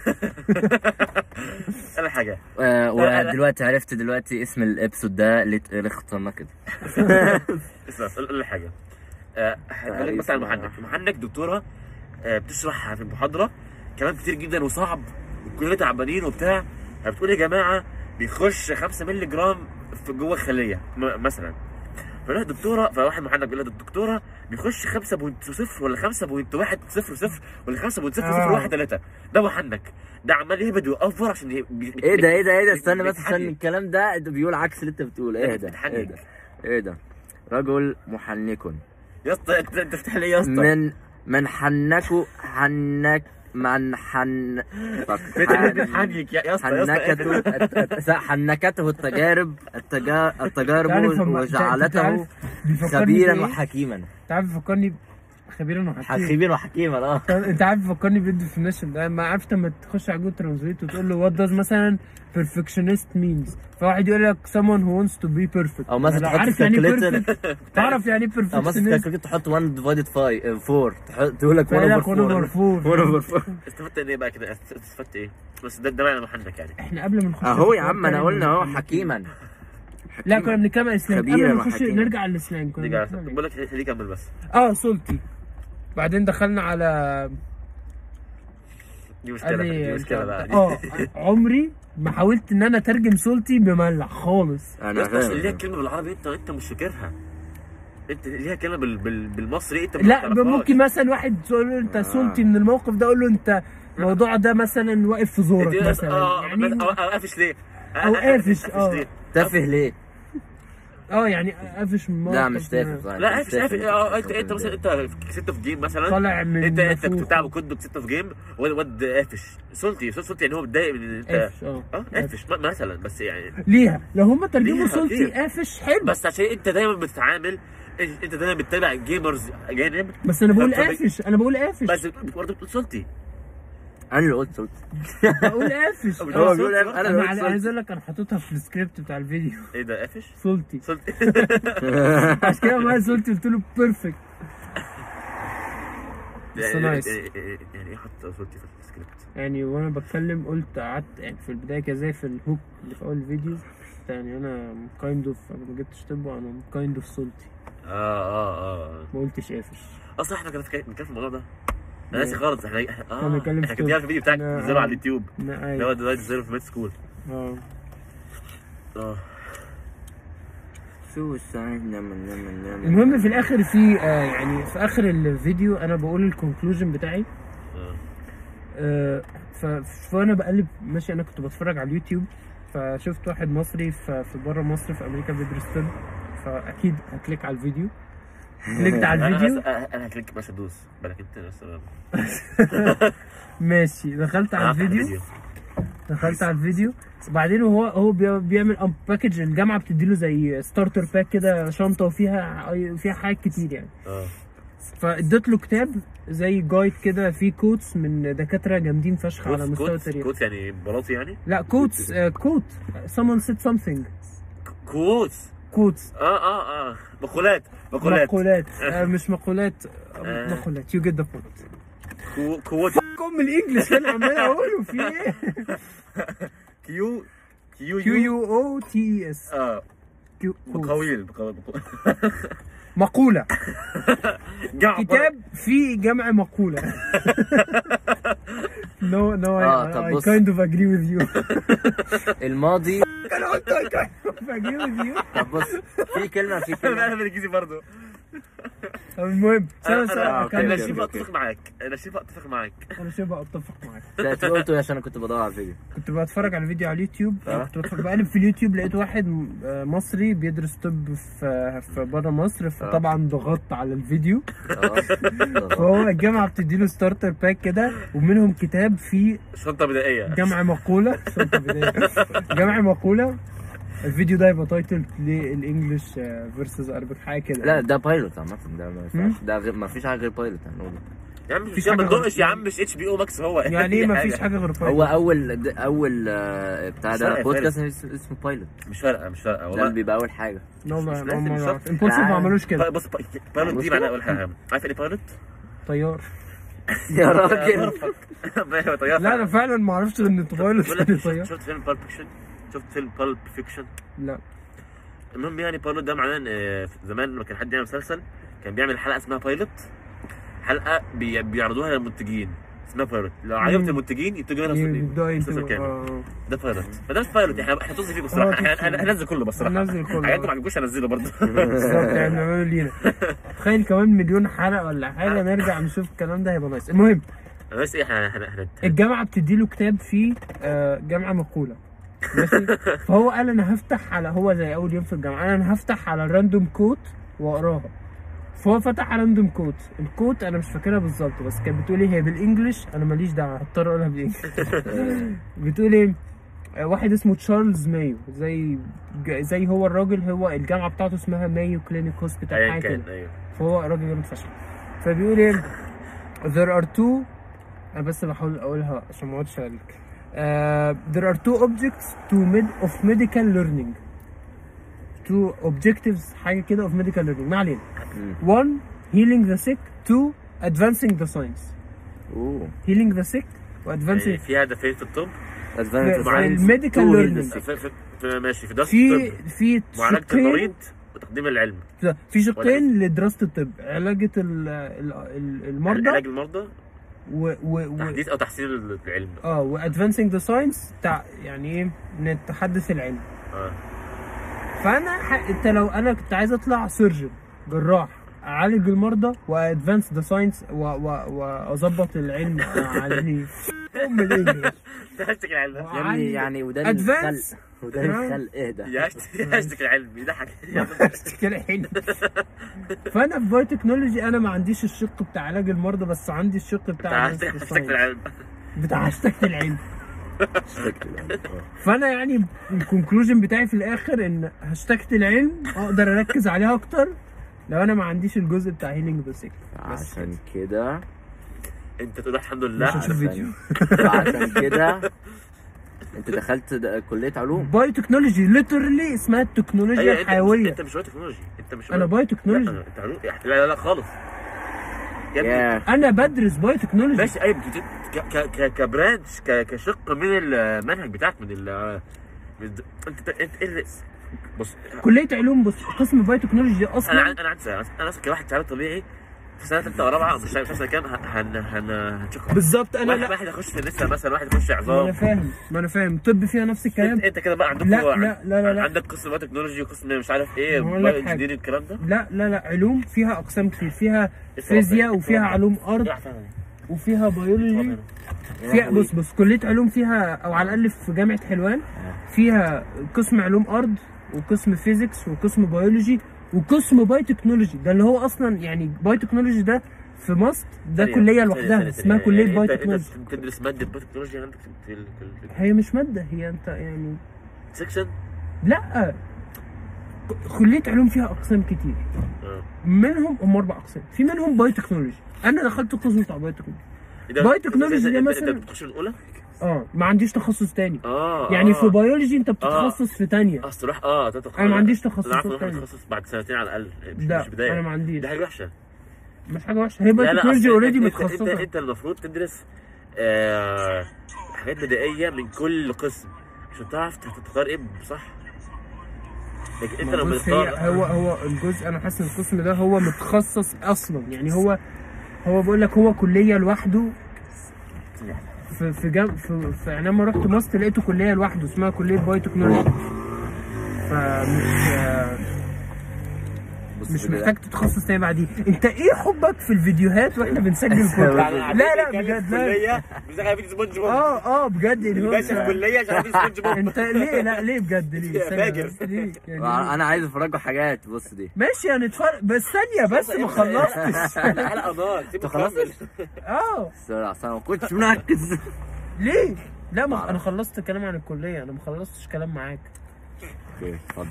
انا حاجه ودلوقتي عرفت دلوقتي اسم الابسود ده ليه اخترنا كده. اسمع اقول حاجه هقول لك مثلا محنك محنك دكتوره بتشرح في المحاضره كلام كتير جدا وصعب وكلنا تعبانين وبتاع، بتقول يا جماعه بيخش خمسة مللي جرام في جوه الخليه مثلا، فراح الدكتوره فواحد محنك بيقول لها الدكتوره بيخش خمسة فاصلة صفر ولا خمسة فاصلة واحد صفر صفر ولا خمسة فاصلة صفر صفر واحد ثلاثة، ده محنك ده عمال يهبد ويأفور عشان ي... ايه ده ايه ده ايه ده استنى بس عشان الكلام ده بيقول عكس اللي انت بتقول. ايه ده ايه ده ايه ده رجل محنك يا اسطى انت بتفتح لي يا اسطى من من حنكوا حنك من حن حنك يا اسطى يا حنكته حنكته التجارب التجا... التجارب وجعلته خبيرا وحكيما. انت عارف فكرني خبيرا وحكيما خبيرا وحكيما اه انت عارف فكرني فيديو في النشر ده، ما عرفت لما تخش على جوجل ترانزليت وتقول له وات داز مثلا perfectionist means، فواحد يقول لك someone who wants to be perfect، او مثلا تحط عارف يعني perfect، تعرف يعني ايه perfectionist، او مثلا تحط واحد ديفايدد أربعة تقول لك واحد اوفر أربعة. استفدت ايه بقى كده؟ استفدت ايه؟ بس ده ده معنى محنك يعني. احنا قبل ما نخش اهو يا عم انا قلنا اهو حكيما. لا كنا بنتكلم اسلام قبل ما نخش نرجع للاسلام. كنا بقول لك خليه كمل بس. اه سلطي، بعدين دخلنا على دي مشكله دي مشكله بقى. اه عمري ما حاولت ان انا اترجم سلطي بملح خالص. انا بس ليها كلمه بالعربي انت انت مش فاكرها، انت ليها كلمه بال... بال... بالمصري انت لا ممكن مثلا واحد تقول له انت سلطي من الموقف ده، اقول له انت الموضوع ده مثلا واقف في زورك مثلا اه يعني او قافش ليه او قافش اه تافه ليه اه يعني قافش من لا مش تافه لا قافش قافش اه انت انت مثلا انت كسبته في جيم مثلا طالع من انت انت بتلعب كود كسبته في جيم واد قافش سلطي سلطي يعني هو متضايق من انت قافش اه اه قافش مثلا بس يعني ليها لو هم ترجموا سلطي قافش حلو بس عشان انت دايما بتتعامل انت دايما بتتابع جيمرز اجانب بس انا بقول قافش انا بقول قافش بس برضه بتقول سلطي. انا اللي قلت سلطي بقول قافش هو بيقول انا انا عايز اقول لك انا حاططها في السكريبت بتاع الفيديو. ايه ده قافش؟ سلطي سلطي عشان كده ما سلطي قلت له بيرفكت. يعني يعني ايه حط سلطي في السكريبت؟ يعني وانا بتكلم قلت قعدت يعني في البدايه كده زي في الهوك اللي في اول الفيديو، يعني انا كايند اوف انا ما جبتش طب انا كايند اوف سلطي. اه اه اه ما قلتش قافش اصلا. احنا كنا بنتكلم في الموضوع ده انا ناسي خالص. احنا اه احنا احنا كنا في الفيديو بتاعك بتنزله على اليوتيوب اللي هو دلوقتي زيرو في ميد سكول. اه اه المهم في الاخر في آه يعني في اخر الفيديو انا بقول الكونكلوجن بتاعي. اه آه فانا بقلب ماشي، انا كنت بتفرج على اليوتيوب فشفت واحد مصري في بره مصر في امريكا بيدرس طب، فاكيد هكليك على الفيديو. كليكت على الفيديو انا هكليك بس ادوس بالك انت بس. ماشي دخلت على الفيديو دخلت على الفيديو وبعدين هو هو بيعمل انباكج. الجامعه بتديله زي ستارتر باك كده شنطه وفيها فيها حاجات كتير يعني. اه فاديت له كتاب زي جايد كده فيه كوتس من دكاتره جامدين فشخ على مستوى التاريخ. كوتس يعني بلاطي يعني؟ لا كوتس آه كوت someone said something كوتس كوتس اه اه اه مقولات مقولات مقولات آه مش مقولات آه مقولات. يو جيت ذا بوينت. كوت كم الانجلش انا عمال اقوله في ايه؟ كيو كيو كيو يو او تي اس اه مقاويل مقولة كتاب فيه جمع مقولة. نو نو اي كايند اوف اجري وذ يو. الماضي انا قلت اي كايند اوف اجري وذ يو. طب بص في كلمة في كلمة انا بالانجليزي برضه. المهم انا انا شبه اتفق معاك انا شبه اتفق معاك انا شبه اتفق معاك. انت قلته عشان انا كنت بدور على الفيديو، كنت بتفرج على الفيديو على اليوتيوب. كنت بقلب في اليوتيوب لقيت واحد مصري بيدرس طب في في بره مصر، فطبعا ضغطت على الفيديو. فهو الجامعه بتديله ستارتر باك كده ومنهم كتاب فيه شنطه بدائيه جمع مقوله شنطه بدائيه جمع مقوله. الفيديو ده يبقى تايتل للانجلش فيرسز اربك حاجه كده. لا ده بايلوت عامه، ده ما ينفعش، ده غير ما فيش حاجه غير بايلوت هنقوله. يا عم مفيش حاجه غير يا عم مش اتش بي او ماكس. هو يعني ايه مفيش حاجه غير بايلوت؟ هو اول اول بتاع ده بودكاست اسمه بايلوت. مش فارقه مش فارقه والله، ده بيبقى اول حاجه. لا لا امبولسيف ما عملوش كده. بص بايلوت دي معناها اول حاجه. عارف ايه بايلوت؟ طيار يا راجل. لا انا فعلا ما اعرفش ان بايلوت طيار. شفت فيلم بالب فيكشن؟ شفت فيلم بالب فيكشن؟ لا. المهم يعني بايلوت ده معناه ان زمان لما كان حد يعمل مسلسل كان بيعمل حلقه اسمها بايلوت، حلقه بيعرضوها للمنتجين اسمها بايلوت. لو عجبت المنتجين يبتدوا ينزلوا المسلسل كامل. ده بايلوت. فده مش بايلوت، احنا احنا هنطز فيه بصراحه. احنا هننزل كله بصراحه، هننزل كله. حاجات ما عجبوش هنزله برضه. بالظبط يعني نعمله لينا. تخيل كمان مليون حلقه ولا حاجه نرجع نشوف الكلام ده هيبقى نايس. المهم بس ايه احنا احنا الجامعه بتدي له كتاب فيه جمع مقوله ماشي. فهو قال انا هفتح على، هو زي اول يوم في الجامعه انا هفتح على الراندوم كوت واقراها. فهو فتح راندوم كوت، الكوت انا مش فاكرها بالظبط بس كانت بتقول ايه هي بالانجلش، انا ماليش دعوه هضطر اقولها بالانجلش. بتقول ايه؟ واحد اسمه تشارلز مايو، زي زي هو الراجل، هو الجامعه بتاعته اسمها مايو كلينيك هوسبيتال حاجه كده. ايوه فهو راجل جامد فشخ. فبيقول ايه؟ there are two، انا بس بحاول اقولها عشان ما اقعدش عليك. uh, there are two objects to med of medical learning. two objectives حاجه كده of medical learning، ما علينا. one healing the sick، two advancing the science. اوه healing the sick و advancing في هدفين في الطب، الميديكال ليرنينج. ماشي في دراسه في الطب، في معالجه المريض وتقديم العلم. في شقين لدراسه الطب، علاجه المرضى، علاج المرضى و و تحديث او تحسين العلم. اه وادفانسنج ذا ساينس تاع يعني ايه نتحدث العلم. اه فانا ح... انت لو انا كنت عايز اطلع سيرجن جراح اعالج المرضى وادفانس ذا ساينس واظبط العلم على ام الانجلش هاشتك العلم يا ابني يعني، وده الخلق وده الخلق اهدى يا هاشتك العلم يضحك هاشتك العلم. فانا في باي تكنولوجي انا ما عنديش الشق بتاع علاج المرضى بس عندي الشق بتاع هاشتك العلم بتاع هاشتك العلم. فانا يعني الكونكلوجن بتاعي في الاخر ان هاشتاج العلم اقدر اركز عليها اكتر لو انا ما عنديش الجزء بتاع هيلينج ذا سيك. عشان كده انت تقول الحمد لله. عشان, عشان كده انت دخلت كليه علوم باي تكنولوجي، ليترلي اسمها التكنولوجيا الحيويه. انت مش باي تكنولوجي، انت مش انا باي تكنولوجي. لا انت علوم. لا لا لا خالص يا ابني انا بدرس باي تكنولوجي. ماشي ايوه كبرانش كشق من المنهج بتاعك من ال انت انت ايه بص كليه علوم. بص قسم باي تكنولوجي اصلا انا انا عندي سؤال، انا اصلا كواحد شغال طبيعي في سنه ثالثه ورابعه مش عارف سنه كام هن هن هنشوف بالظبط. انا واحد, واحد يخش في لسه مثلا واحد يخش عظام. ما انا فاهم ما انا فاهم طب فيها نفس الكلام. انت كده بقى عندك لا لا لا لا, لا. عندك قسم باي تكنولوجي وقسم مش عارف ايه باي انجينيرنج الكلام ده. لا لا لا علوم فيها اقسام كتير، فيها فيزياء وفيها علوم ارض وفيها بيولوجي فيها. بص بص كليه علوم فيها او على الاقل في جامعه حلوان فيها قسم علوم ارض وقسم فيزيكس وقسم بيولوجي وقسم باي تكنولوجي. ده اللي هو اصلا يعني باي تكنولوجي ده في مصر ده كليه لوحدها اسمها كليه باي تكنولوجي. انت بتدرس ماده باي تكنولوجي عندك في هي مش ماده، هي انت يعني سكشن. لا كليه علوم فيها اقسام كتير منهم هم اربع اقسام، في منهم باي تكنولوجي. انا دخلت القسم بتاع باي تكنولوجي. باي تكنولوجي ده مثلا انت بتخش الاولى اه ما عنديش تخصص تاني. اه يعني آه. في بيولوجي انت بتتخصص آه. في تانية. اه صراحه اه تتخصص. انا ما عنديش تخصص تاني. تخصص بعد سنتين على الاقل مش, لا مش بدايه. انا ما عنديش. دي حاجه وحشه. مش حاجه وحشه، هي باي تكنولوجي اوريدي متخصصه. انت, انت المفروض تدرس آه حاجات بدائيه من كل قسم عشان تعرف تختار ايه صح. لكن انت لما تختار هو هو الجزء انا حاسس ان القسم ده هو متخصص اصلا. يعني هو هو بقول لك هو كليه لوحده. في في جم في, في يعني لما رحت مصر لقيته كليه لوحده اسمها كليه باي تكنولوجي. فمش مش محتاج تتخصص تاني بعدين. انت ايه حبك في الفيديوهات واحنا بنسجل بودكاست؟ لا لا بجد لا بنسجل فيديو سبونج بوب. اه اه بجد اللي هو ماشي في الكليه عشان سبونج بوب. انت ليه لا ليه بجد ليه فاجر يعني انا عايز افرجكم حاجات. بص دي ماشي هنتفرج بس ثانيه بس ما خلصتش الحلقه نار. انت خلصت؟ اه اصل انا ما كنتش مركز. ليه؟ لا ما انا خلصت كلام عن الكليه، انا ما خلصتش كلام معاك. اوكي اتفضل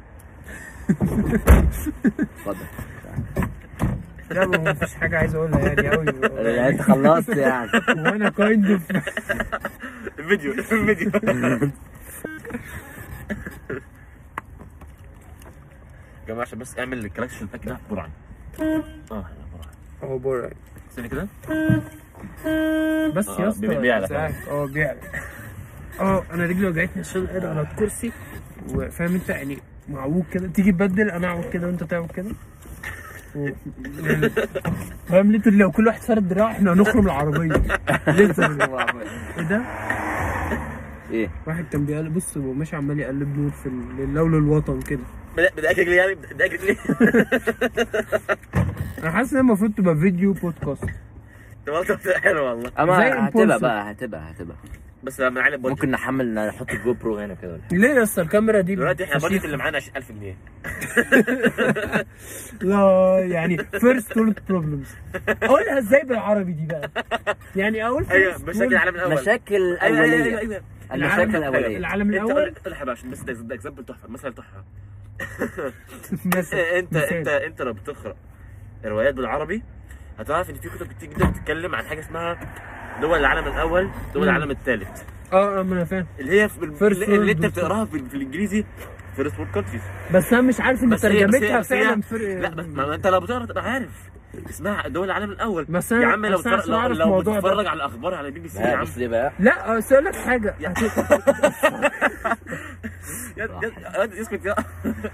اتفضل. لا ما فيش حاجه عايز اقولها يعني قوي. يعني انت خلصت يعني وانا كايند اوف الفيديو الفيديو يا جماعه عشان بس اعمل الكلاكشن باك ده برعا. اه برعا اهو برعا استنى كده بس يا اسطى. بيعلى اه بيعلى. اه انا رجلي وجعتني عشان قاعد على الكرسي وفاهم انت يعني معوج كده. تيجي تبدل انا اعمل كده وانت تعمل كده فاهم ليه؟ لو كل واحد فرد دراع احنا هنخرم العربيه. لسه ايه ده؟ ايه؟ واحد كان بيقلب بص هو ماشي عمال يقلب نور في اللولو الوطن كده. بدأك رجلي يعني بدأك رجلي. انا حاسس ان المفروض تبقى فيديو بودكاست. تبقى حلو والله. اما هتبقى بقى هتبقى هتبقى بس لما نعلم بادجت ممكن نحمل نحط الجو برو هنا كده. ليه يا اسطى الكاميرا دي دلوقتي احنا فشيخة. البادجت اللي معانا عشرين ألف جنيه. لا يعني فيرست وورلد بروبلمز اقولها ازاي بالعربي دي بقى؟ يعني اقول ايوه first مشاكل world- العالم الاول. مشاكل ايوه ايوه اوليه. ايوه المشاكل الاوليه. العالم انت الاول قول يا باشا، بس ده ده اكزامبل تحفه، مثلا تحفه. مثلا انت انت انت لو بتقرا روايات بالعربي هتعرف ان في كتب كتير جدا بتتكلم عن حاجه اسمها دول العالم الاول، دول العالم الثالث، اه اه ما انا فاهم، اللي هي في First اللي, اللي world انت بتقراها في, في الانجليزي فيرست وورلد كونتريز. بس انا مش عارف ان بس هي- بس هي- ترجمتها بس هي- فعلا فرق. لا بس ما انت لو بتقرا تبقى عارف اسمها دول العالم الاول. بس يا أنا- عم لو بس أنا بتفرج لو, أعرف لو الموضوع ده. بتتفرج على الاخبار على بي بي سي يا لا عم. بص ليه بقى؟ لا اصل اقول لك حاجه يا يا- يا- اسكت يا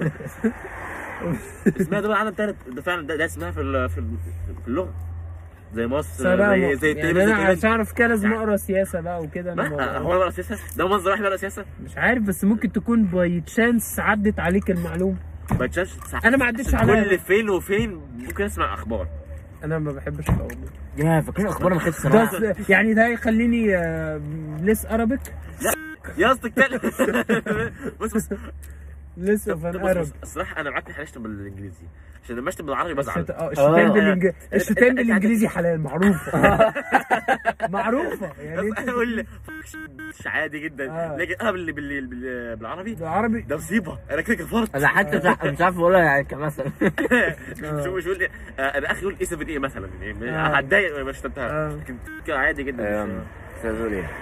اسمها دول العالم الثالث، ده فعلا ده, ده اسمها في ال- في ال- في اللغه زي مصر سلام زي زي يعني التلفزيون. انا عشان اعرف كده لازم اقرا سياسه بقى وكده. انا ما ما- هو بقى سياسه، ده منظر واحد بقى سياسه. مش عارف، بس ممكن تكون باي تشانس عدت عليك المعلومه. ما تشاش أنا ما عدتش عليا. كل فين وفين ممكن اسمع اخبار. انا ما بحبش الاول يا فاكرين اخبار ما كانتش سامعها. بس يعني ده يخليني ليس ارابيك يا اسطى اتكلم. بص بص ليس اوف ان بص ارب. بص الصراحه انا معاك في حاجه بالانجليزي، عشان لما اشتم بالعربي بزعل. اه الشتام آه. بالانجليزي، الشتام أنت- أنت- بالانجليزي حلال معروفه. معروفه يعني بس انت اقول مش عادي جدا، آه. لكن انا بال- بال- بال- بالعربي بالعربي ده مصيبه. انا كده كفرت. انا حتى مش عارف- مش عارف اقولها يعني كمثل. شو مش يقول لي آه، انا اخي يقول ايه سبب ايه مثلا، يعني آه. هتضايق لما شتمتها، آه. لكن كده عادي جدا. أم، كنت عايز اقول ايه؟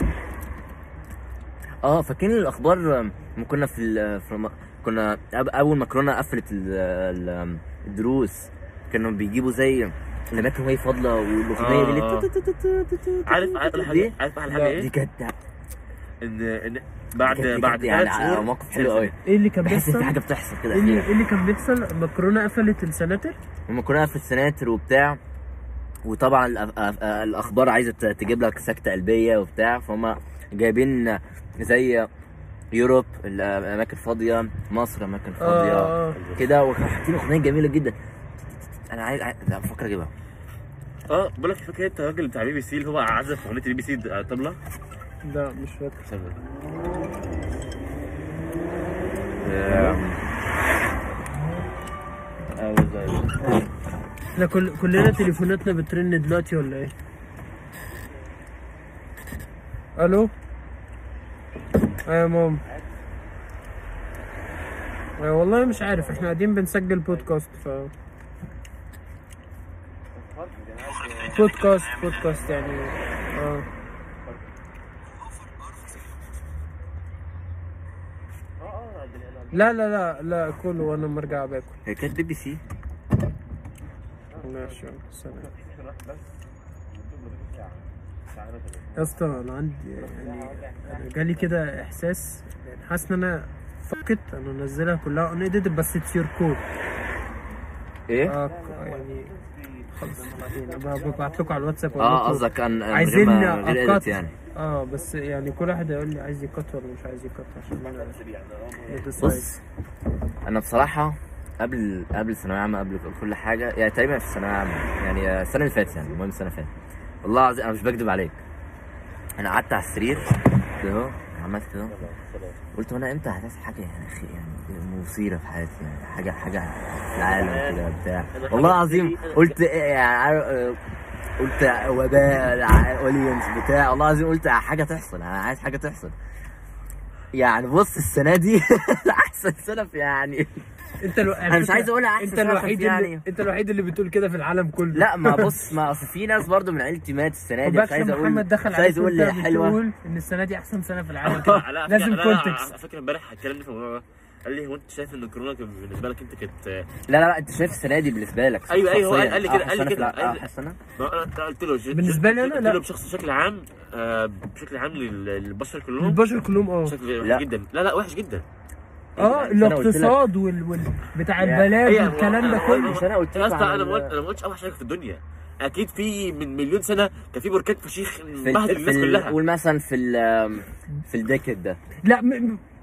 اه فاكرين الاخبار أم، لما كنا في ال- في رم- كنا أب- اول ما كورونا قفلت ال- ال- الدروس كانوا بيجيبوا زي الاماكن وهي فاضله والاغنيه دي اللي آه. تو- تو- تو- تو- تو- تو- عارف عارف دي؟ الحاجه عارف الحاجه لا، ايه؟ دي كانت ان ان بعد دي كانت بعد يعني ثلاث شهور موقف حلو قوي. ايه اللي كان بحس ان بيحصل؟ في حاجه بتحصل كده ايه اللي اخيرا. إيه اللي كان بيحصل لما كورونا قفلت السناتر؟ لما كنا في السناتر وبتاع، وطبعا الأ- أ- الاخبار عايزه ت- تجيب لك سكته قلبيه وبتاع، فهم جايبين زي يوروب الاماكن فاضيه، مصر اماكن فاضيه آه. كده، وحاطين اغنيه جميله جدا. انا عايز عايز- لا بفكر اجيبها. اه بقول لك فاكر انت الراجل بتاع بي بي سي اللي هو عزف اغنيه البي بي سي طبله؟ لا مش فاكر. احنا كل كلنا تليفوناتنا بترن دلوقتي ولا ايه؟ الو. ايوه يا ماما. أيوة والله مش عارف، احنا قاعدين بنسجل بودكاست ف بودكاست بودكاست يعني اه لا لا لا لا كله وانا لما ارجع باكل. هي كانت بي بي سي. ماشي سلام. يا اسطى انا عندي يعني انا جالي كده احساس، يعني حاسس ان انا فكت انا منزلها كلها اون اديت بس اتس يور كود. ايه؟ اه يعني خلاص بعدين ببعت لكم على الواتساب وأقول اه لكم قصدك ان عايزين غير أقط edit يعني. اه بس يعني كل واحد يقول لي عايز يقط ولا مش عايز يقط عشان انا بص انا بصراحه قبل قبل الثانويه عامه، قبل كل حاجه يعني تقريبا في الثانويه عامه، يعني السنه اللي فاتت، يعني المهم السنه اللي فاتت، والله العظيم انا مش بكذب عليك، انا قعدت على السرير كده اهو، عملت كده قلت وانا امتى هتحصل حاجه يعني اخي يعني مثيره في حياتي، يعني حاجه حاجه في العالم كده بتاع، والله العظيم قلت يعني عارف، قلت وباء اولينز بتاع، والله العظيم قلت حاجه تحصل، انا عايز حاجه تحصل. يعني بص السنه دي احسن سنه في يعني انت الو... انا مش عايز اقولها احسن انت سنة الوحيد في يعني اللي... انت الوحيد اللي بتقول كده في العالم كله. لا ما بص، ما اصل في ناس برضو من عيلتي مات السنه دي، مش عايز اقول محمد دخل مش عايز عليك اقول وانت لي حلوه. بتقول ان السنه دي احسن سنه في العالم كده. لا لازم لا كونتكست. لا فاكر امبارح اتكلمنا في الموضوع ده، قال لي هو انت شايف ان الكورونا كان بالنسبه لك انت كانت لا لا لا انت شايف السنه دي بالنسبه لك ايوه ايوه شخصياً قال لي كده، قال لي أحسن كده، في الع- قال لي- احسن سنه. ما انا قلت له ج- بالنسبة لي أنا قلت لا. له بشخص بشكل عام آه، بشكل عام لل- للبشر كلهم البشر كلهم اه بشكل لا. وحش جدا. لا لا وحش جدا. اه يعني أنا قلت لك- الاقتصاد وال... وال... بتاع يعني- البلاغ أيوة، والكلام ده أنا- كله. مش انا قلت يا لك اسطى عن انا ال- ما قلت انا ما قلتش اوحش حاجه في الدنيا، اكيد في من مليون سنه كان في بركان فشيخ في بهدل ال- الناس في ال- كلها. قول مثلا في ال في الديكد ده لا م... م-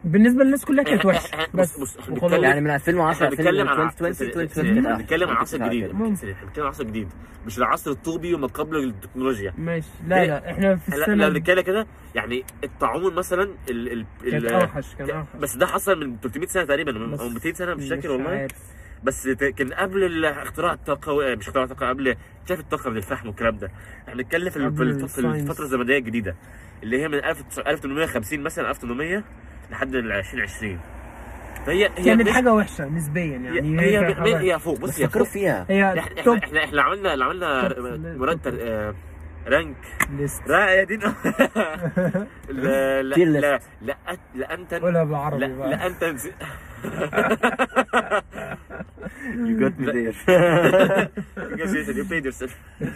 بالنسبه للناس كلها كانت وحشه بس بص احنا وخلاص. بنتكلم يعني من ألفين وعشرة احنا بنتكلم عن ألفين وعشرين ألفين وعشرين احنا بنتكلم عن عصر جديد احنا ممكن. بنتكلم عن عصر جديد مش العصر الطوبي وما قبل التكنولوجيا. ماشي. لا لا احنا في لا السنه لا بنتكلم كده يعني الطاعون مثلا ال ال كان ال- اوحش كان اوحش بس ده حصل من ثلاثمية سنه تقريبا بس او مئتين سنه مش فاكر والله. عارف. بس ت- كان قبل اختراع الطاقه مش اختراع الطاقه قبل اكتشاف الطاقه من الفحم والكلام ده. احنا بنتكلم في ال- في قبل الف- في الساينس. الفتره الزمنيه الجديده اللي هي من ألف وثمانمائة وخمسين مثلا ألف وثمانمائة لحد ال ألفين وعشرين. فهي هي كانت مش- حاجه وحشه نسبيا يعني هي كانت هي, حاجة- هي, هي فوق بس بص هي فكروا فوق. فيها. هي احنا توب احنا احنا عملنا اللي عملنا توب. مرتب آه، رانك ليست. لا يا دين لا لا تير لا لا لا انت قولها بالعربي لا بقى. لا انت You got me there. you paid yourself.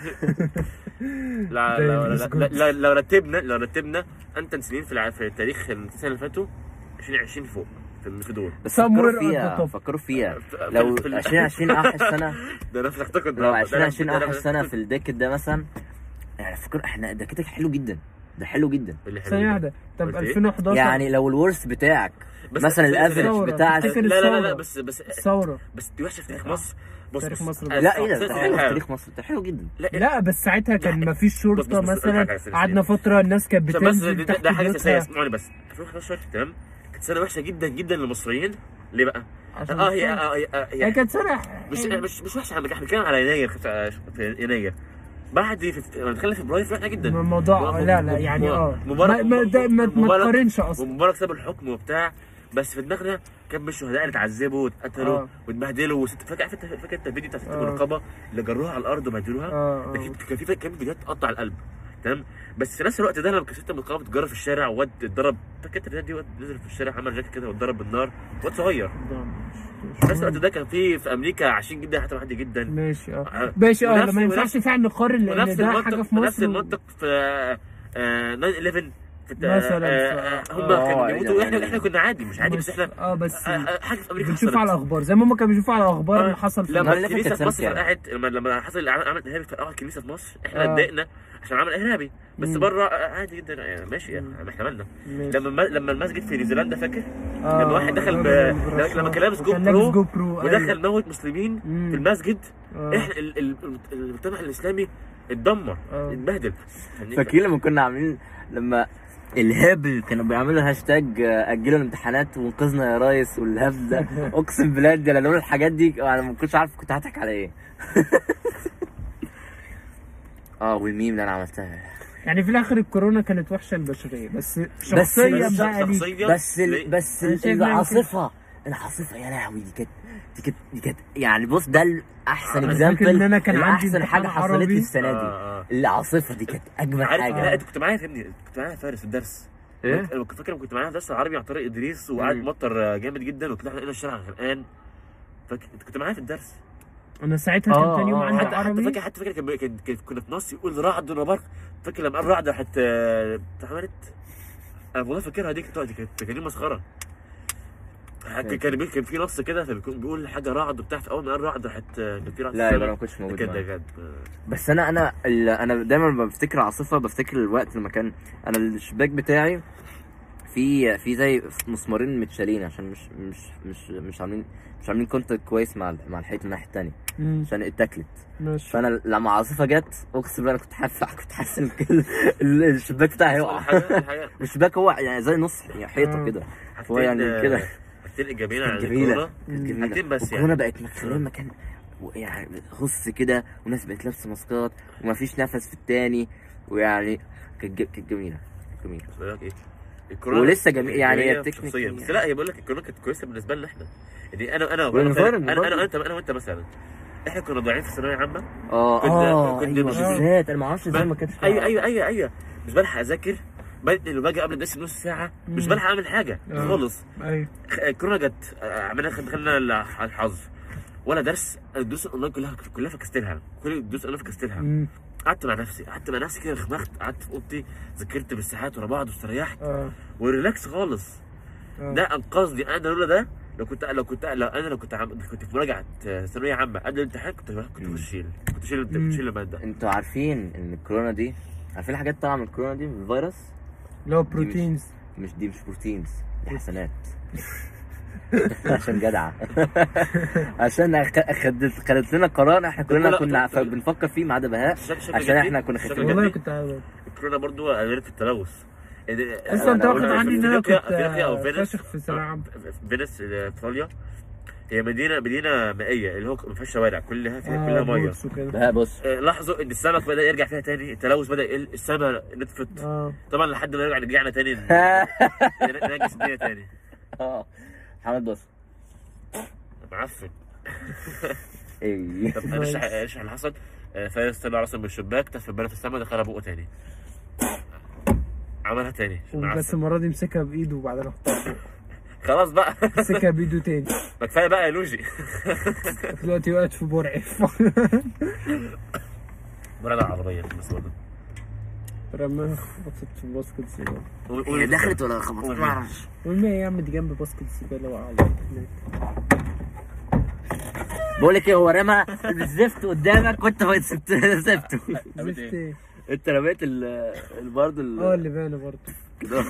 لا لا لا لا لو رتبنا لو رتبنا انت سنين في الع- في التاريخ السنه اللي فاتوا ألفين وعشرين فوق في في دول. بس فكروا Somewhere at the فيها top. فكروا فيها في- لو في ال- ألفين وعشرين اوحش سنه ده انا افتكرت لو ألفين وعشرين اوحش سنه في الديكد ده مثلا يعني فكر احنا ده كده حلو جدا ده حلو جدا ثانيه واحده. طب قلت إيه؟ ألفين وحداشر يعني لو الورث بتاعك بس- مثلا بس- الافرج ثورة. بتاع فاكر لا لا لا, لا الثورة. بس بس الثوره. بس دي وحشه في تاريخ مصر. بص تاريخ بص مصر آه، لا ايه ده سنة- ده حلو في سنة- تاريخ مصر ده حلو جدا. لا لا بس ساعتها كان ما فيش بص- شرطه بص- بص- مثلا بص- قعدنا فتره الناس كانت عشان بس بتنزل ده, تحت ده حاجه اساسيه بيوتها اسمعوني بس ألفين وحداشر تمام كانت سنه وحشه جدا جدا للمصريين. ليه بقى؟ عشان اه هي الثورة. اه هي, آه هي هي كانت سنه مش مش مش وحشه احنا بنتكلم على يناير في في يناير بعد في لما دخلنا في فبراير فرحنا جدا. الموضوع لا لا يعني اه مبارك ما ما ما, ما مبارك- تقارنش اصلا. ومبارك ساب الحكم وبتاع بس في دماغنا كم الشهداء اللي اتعذبوا واتقتلوا آه. واتبهدلوا وست فاكر فاكر فاكر انت الفيديو بتاع ست آه. الرقابه اللي جروها على الارض وبهدلوها. اه ده في- كان في كان في فيديوهات تقطع القلب تمام. بس في نفس الوقت ده لما كانت ست الرقابه بتجرى في الشارع واد اتضرب فاكر انت الفيديو دي واد نزل في الشارع عمل جاكيت كده واتضرب بالنار واد صغير. في نفس الوقت ده كان في في امريكا عايشين جدا حتى عادي جدا. ماشي اه آه. ماشي اه ونفس- ما ينفعش ونفس- فعلا نقارن لان ونفس ده المنطق حاجه في مصر نفس المنطق في آه، تسعة إحداشر في الت- مثلاً آه، ف- هم آه، كانوا يعني- بيموتوا واحنا احنا كنا عادي مش عادي بس احنا اه بس آه، آه، حاجه في امريكا بنشوف حصلت. على الاخبار زي ما هم كانوا بيشوفوا على الاخبار اللي حصل في لما النار اللي الكنيسه فاتت في مصر كام؟ فرقعت لما لما حصل عمل ارهابي فرقعوا الكنيسه في مصر احنا آه. اتضايقنا عشان عمل ارهابي بس مم. بره آه، عادي جدا يعني ماشي يعني احنا مالنا. ماشي. لما الم- لما المسجد في نيوزيلندا فاكر آه، لما واحد دخل ب... الراجل لما كان لابس جو وكان لابس برو جو برو ودخل أيوة. موت مسلمين مم. في المسجد آه. احنا ال- ال- المجتمع الاسلامي اتدمر آه. اتبهدل. فاكرين لما كنا عاملين لما الهبل كانوا بيعملوا هاشتاج آه، اجلوا الامتحانات وانقذنا يا ريس والهبل ده اقسم بالله ده لو الحاجات دي انا ما كنتش عارف كنت هضحك على ايه. اه والميم اللي انا عملتها يعني في الاخر الكورونا كانت وحشه للبشريه بس شخصيا بس بقى لي شخصيا بس ال... ليه؟ بس أنا ال- شايف إنها العاصفه العاصفه يا لهوي دي كانت دي كانت دي كانت يعني بص ده احسن أنا فاكر اكزامبل إن أنا كان عندي احسن امتحان حاجه حصلت عربي. لي السنه دي. آه، آه. العاصفه دي كانت اجمل عارف حاجه. لا انت كنت معايا يا ابني كنت معايا فارس الدرس ايه؟ انا كنت فاكر كنت معايا درس العربي عن طريق ادريس وقعد مم. مطر جامد جدا وطلعنا لقينا الشارع غرقان. فاكر انت كنت معايا في الدرس انا ساعتها كان آه، تاني يوم آه، عندي حتى حتى عربي فاكر حتى فاكر كان كان- كان- كنا في نص يقول رعد وبرق. فاكر لما قال رعد راحت آه، اتعملت انا والله فاكرها دي كانت كانت كان دي مسخره. كان كان بيقول- كان في نص كده فبيكون بيقول حاجه رعد وبتاع في اول ما قال رعد راحت آه، كان في رعد لا في يبقى انا السماء. ما كنتش موجود كده معاك. كده بس انا انا ال- انا دايما لما بفتكر عاصفه بفتكر الوقت لما كان انا الشباك بتاعي في في زي مسمارين متشالين عشان مش مش مش مش عاملين مش عاملين كونتاكت كويس مع ال- مع الحيط الناحيه الثانيه مم. عشان اتاكلت. ماشي فانا لما عاصفه جت اقسم بالله انا كنت حاسس كنت حاسس ان كل- ال- الشباك بتاعي هيقع. حاجه حاجه الشباك هو يعني زي نص حيطه آه. كده هو يعني كده. حاجتين ايجابيين عن جميله الكورونا كانت مم. جميله حاجتين بس والكورونا يعني بقت مخليه مكان يعني خص كده وناس بقت لابسه ماسكات ومفيش نفس في التاني ويعني كانت ج- كانت جميله كانت جميله بقول لك ايه الكورونا ولسه جميل يعني هي إيجابية التكنيك شخصياً. بس لا هي بقول لك الكورونا كانت كويسه بالنسبه لنا احنا يعني انا انا والانفايرمنت انا انا برضه. انا وانت انا وانت مثلا احنا كنا ضايعين في الثانويه العامه. اه كنا- اه كنا ايوه مش- بالذات انا ما اعرفش ازاي ما كانتش ايوه ايوه ايوه ايوه مش بلحق اذاكر بدل اللي باجي قبل الدرس بنص ساعه مش مم. بلحق اعمل حاجه آه. خالص. ايوه خ- الكورونا جت آه، عملنا دخلنا الحظ ولا درس الدروس الاونلاين كلها كلها فكستلها كل الدروس الاونلاين فكستلها. مم. قعدت مع نفسي قعدت مع نفسي كده خمخت قعدت في اوضتي ذاكرت بالساعات ورا بعض واستريحت اه وريلاكس خالص. آه. ده انقذني انا لولا ده لو كنت لو كنت لو انا لو كنت عم... كنت في مراجعه ثانويه عامه قبل الامتحان كنت كنت مم. بشيل كنت شيل كنت مم. بشيل الماده. انتوا عارفين ان الكورونا دي عارفين حاجات طالعه من الكورونا دي من الفيروس اللي هو بروتينز مش دي مش بروتينز، دي حسنات. عشان جدعه. عشان خدت خدت لنا قرار احنا كلنا كنا بنفكر فيه ما عدا بهاء، عشان احنا كنا خايفين. والله كنت عارف الكورونا برضو قللت في التلوث. اصلا انت واخد عني ان انا كنت فاشخ في ثانويه عامه. فينيس في ايطاليا هي مدينه مدينه مائيه اللي هو ما فيهاش شوارع، كلها فيها كلها ميه. بهاء بص لاحظوا ان السمك بدا يرجع فيها تاني، التلوث بدا يقل، السما نطفت. طبعا لحد ما نرجع رجعنا تاني ننجس الدنيا تاني. اه محمد بص معفن. ايه طب اشرح اشرح اللي حصل. فارس طلع راسه من الشباك، تف بالنا في السما، دخلها بقه تاني، عملها تاني بس المره دي مسكها بايده وبعدين احطها. خلاص بقى مسكها بايده تاني. ما كفايه بقى يا لوجي. دلوقتي وقعت في برعي. برعي العربيه في المسؤول ده رماها خبطت في باسكت الزباله. هي دخلت ولا خبطت؟ ما اعرفش. والله يا عم دي جنب باسكت الزباله وقع. بقول لك ايه، هو رمى الزفت قدامك وانت سبته. زفت ايه؟ انت رميت برضه اه اللي باينه برضه كده.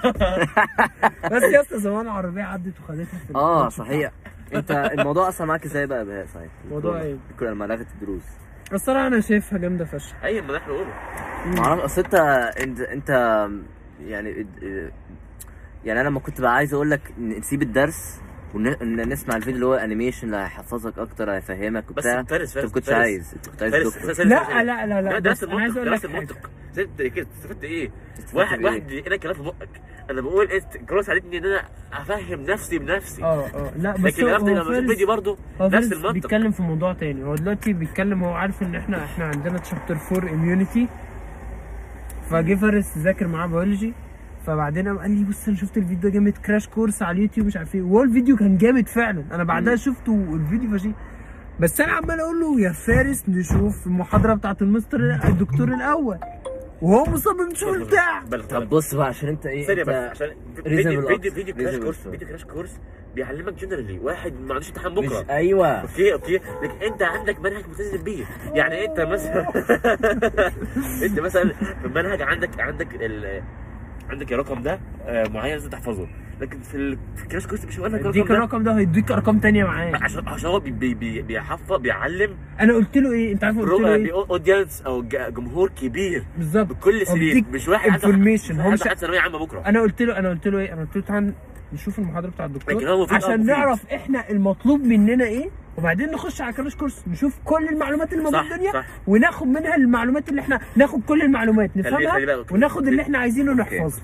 بس يا اسطى زمان العربيه عدت وخدتها في اه صحيح. انت الموضوع اصلا معاك ازاي بقى بهاء؟ صحيح الموضوع ايه؟ لما لغت الدروس الصراحه انا شايفها جامده فشخ. ايوه ما احنا نقوله. ما اعرفش اصل انت انت انت يعني يعني انا لما كنت بقى عايز اقول لك نسيب الدرس ونسمع الفيديو اللي هو انيميشن اللي هيحفظك اكتر هيفهمك وبتاع، بس فارس انت ما كنتش عايز انت كنت عايز دكتور. لا لا لا لا درس المنطق، درس المنطق. انت كده استفدت ايه؟ واحد واحد انا كلام في بقك، انا بقول انت كروس عليك ان انا افهم نفسي بنفسي. اه اه لا بس لكن لما لما اشوف فيديو برضه نفس المنطق. بيتكلم في موضوع تاني. هو دلوقتي بيتكلم، هو عارف ان احنا احنا عندنا تشابتر أربعة اميونيتي، فجه فارس ذاكر معاه بيولوجي، فبعدين قام قال لي بص انا شفت الفيديو ده جامد، كراش كورس على اليوتيوب مش عارف ايه، وهو الفيديو كان جامد فعلا. انا بعدها شفته الفيديو فشي، بس انا عمال اقول له يا فارس نشوف المحاضره بتاعت المستر الدكتور الاول، وهو مصمم نشوف البتاع. طب بص بقى عشان انت ايه، ثانيه بس عشان فيديو فيديو فيديو كراش كورس فيديو كراش كورس بيعلمك جنرالي، واحد ما عندوش امتحان بكره. ايوه اوكي اوكي لكن انت عندك منهج ملتزم بيه. يعني انت مثلا انت مثلا في المنهج عندك عندك ال عندك الرقم ده معين لازم تحفظه، لكن في الكراش كورس مش هيقول لك هيديك الرقم ده، هيديك ارقام ثانيه معاه عشان عشان هو بي بي بيحفظ بيعلم. انا قلت له ايه؟ انت عارف قلت له ايه؟ اودينس او جمهور كبير بالظبط بكل سنين، مش واحد انفورميشن. هو مش ثانويه عامه بكره. انا قلت له انا قلت له ايه؟ انا قلت له تعالى نشوف المحاضره بتاع الدكتور عشان نعرف احنا المطلوب مننا ايه، وبعدين نخش على كراش كورس نشوف كل المعلومات اللي موجوده في الدنيا وناخد منها المعلومات اللي احنا ناخد كل المعلومات نفهمها وناخد اللي احنا عايزينه نحفظه.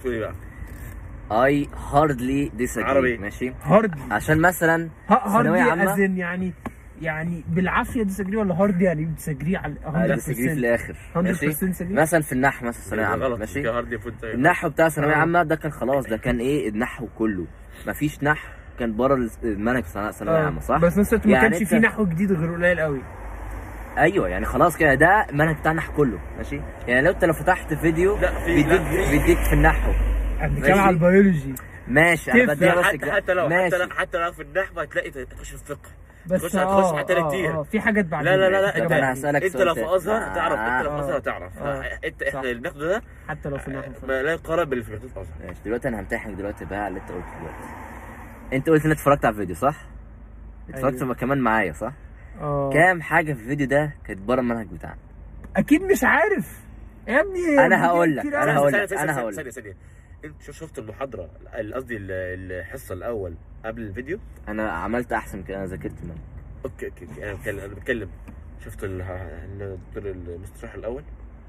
I hardly disagree. عربي ماشي هاردلي عشان مثلا ثانويه عامه أزن يعني يعني بالعافيه ديسجري ولا هارد يعني ديسجري على مية بالمية ديسجري في الاخر. ماشي مثلا في النحو مثلا ثانويه عامه ماشي النحو بتاع ثانويه عامه ده كان خلاص ده كان ايه النحو كله مفيش نحو كان بره المنهج ثانويه عامه صح؟ بس مثلا ما يعني كانش في نحو جديد غير قليل قوي. ايوه يعني خلاص كده ده المنهج بتاع النحو كله ماشي. يعني لو انت لو فتحت فيديو بيديك بيديك في النحو بنتكلم على البيولوجي ماشي انا بديها بس حتى حتى لو حتى لو حتى لو في النحو هتلاقي تخش في الفقه بس تخش هتخش حتى كتير. اه في حاجات بعد لا لا لا لا انت انا هسالك انت لو في ازهر هتعرف انت لو في ازهر هتعرف انت احنا اللي بناخده ده حتى لو في النحو لا يقارن باللي في الازهر. ماشي دلوقتي انا همتحنك دلوقتي بقى على اللي انت قلته دلوقتي. انت قلت انك اتفرجت على الفيديو صح؟ اتفرجت أيوه. كمان معايا صح؟ اه كام حاجه في الفيديو ده كانت بره المنهج بتاعنا؟ اكيد مش عارف يا ابني. انا هقول لك انا هقول لك انا هقول لك ثانيه ثانيه انت شفت المحاضره قصدي الحصه الاول قبل الفيديو؟ انا عملت احسن كده انا ذاكرت منه. اوكي اوكي انا بتكلم انا بتكلم شفت الدكتور المستشرح الاول؟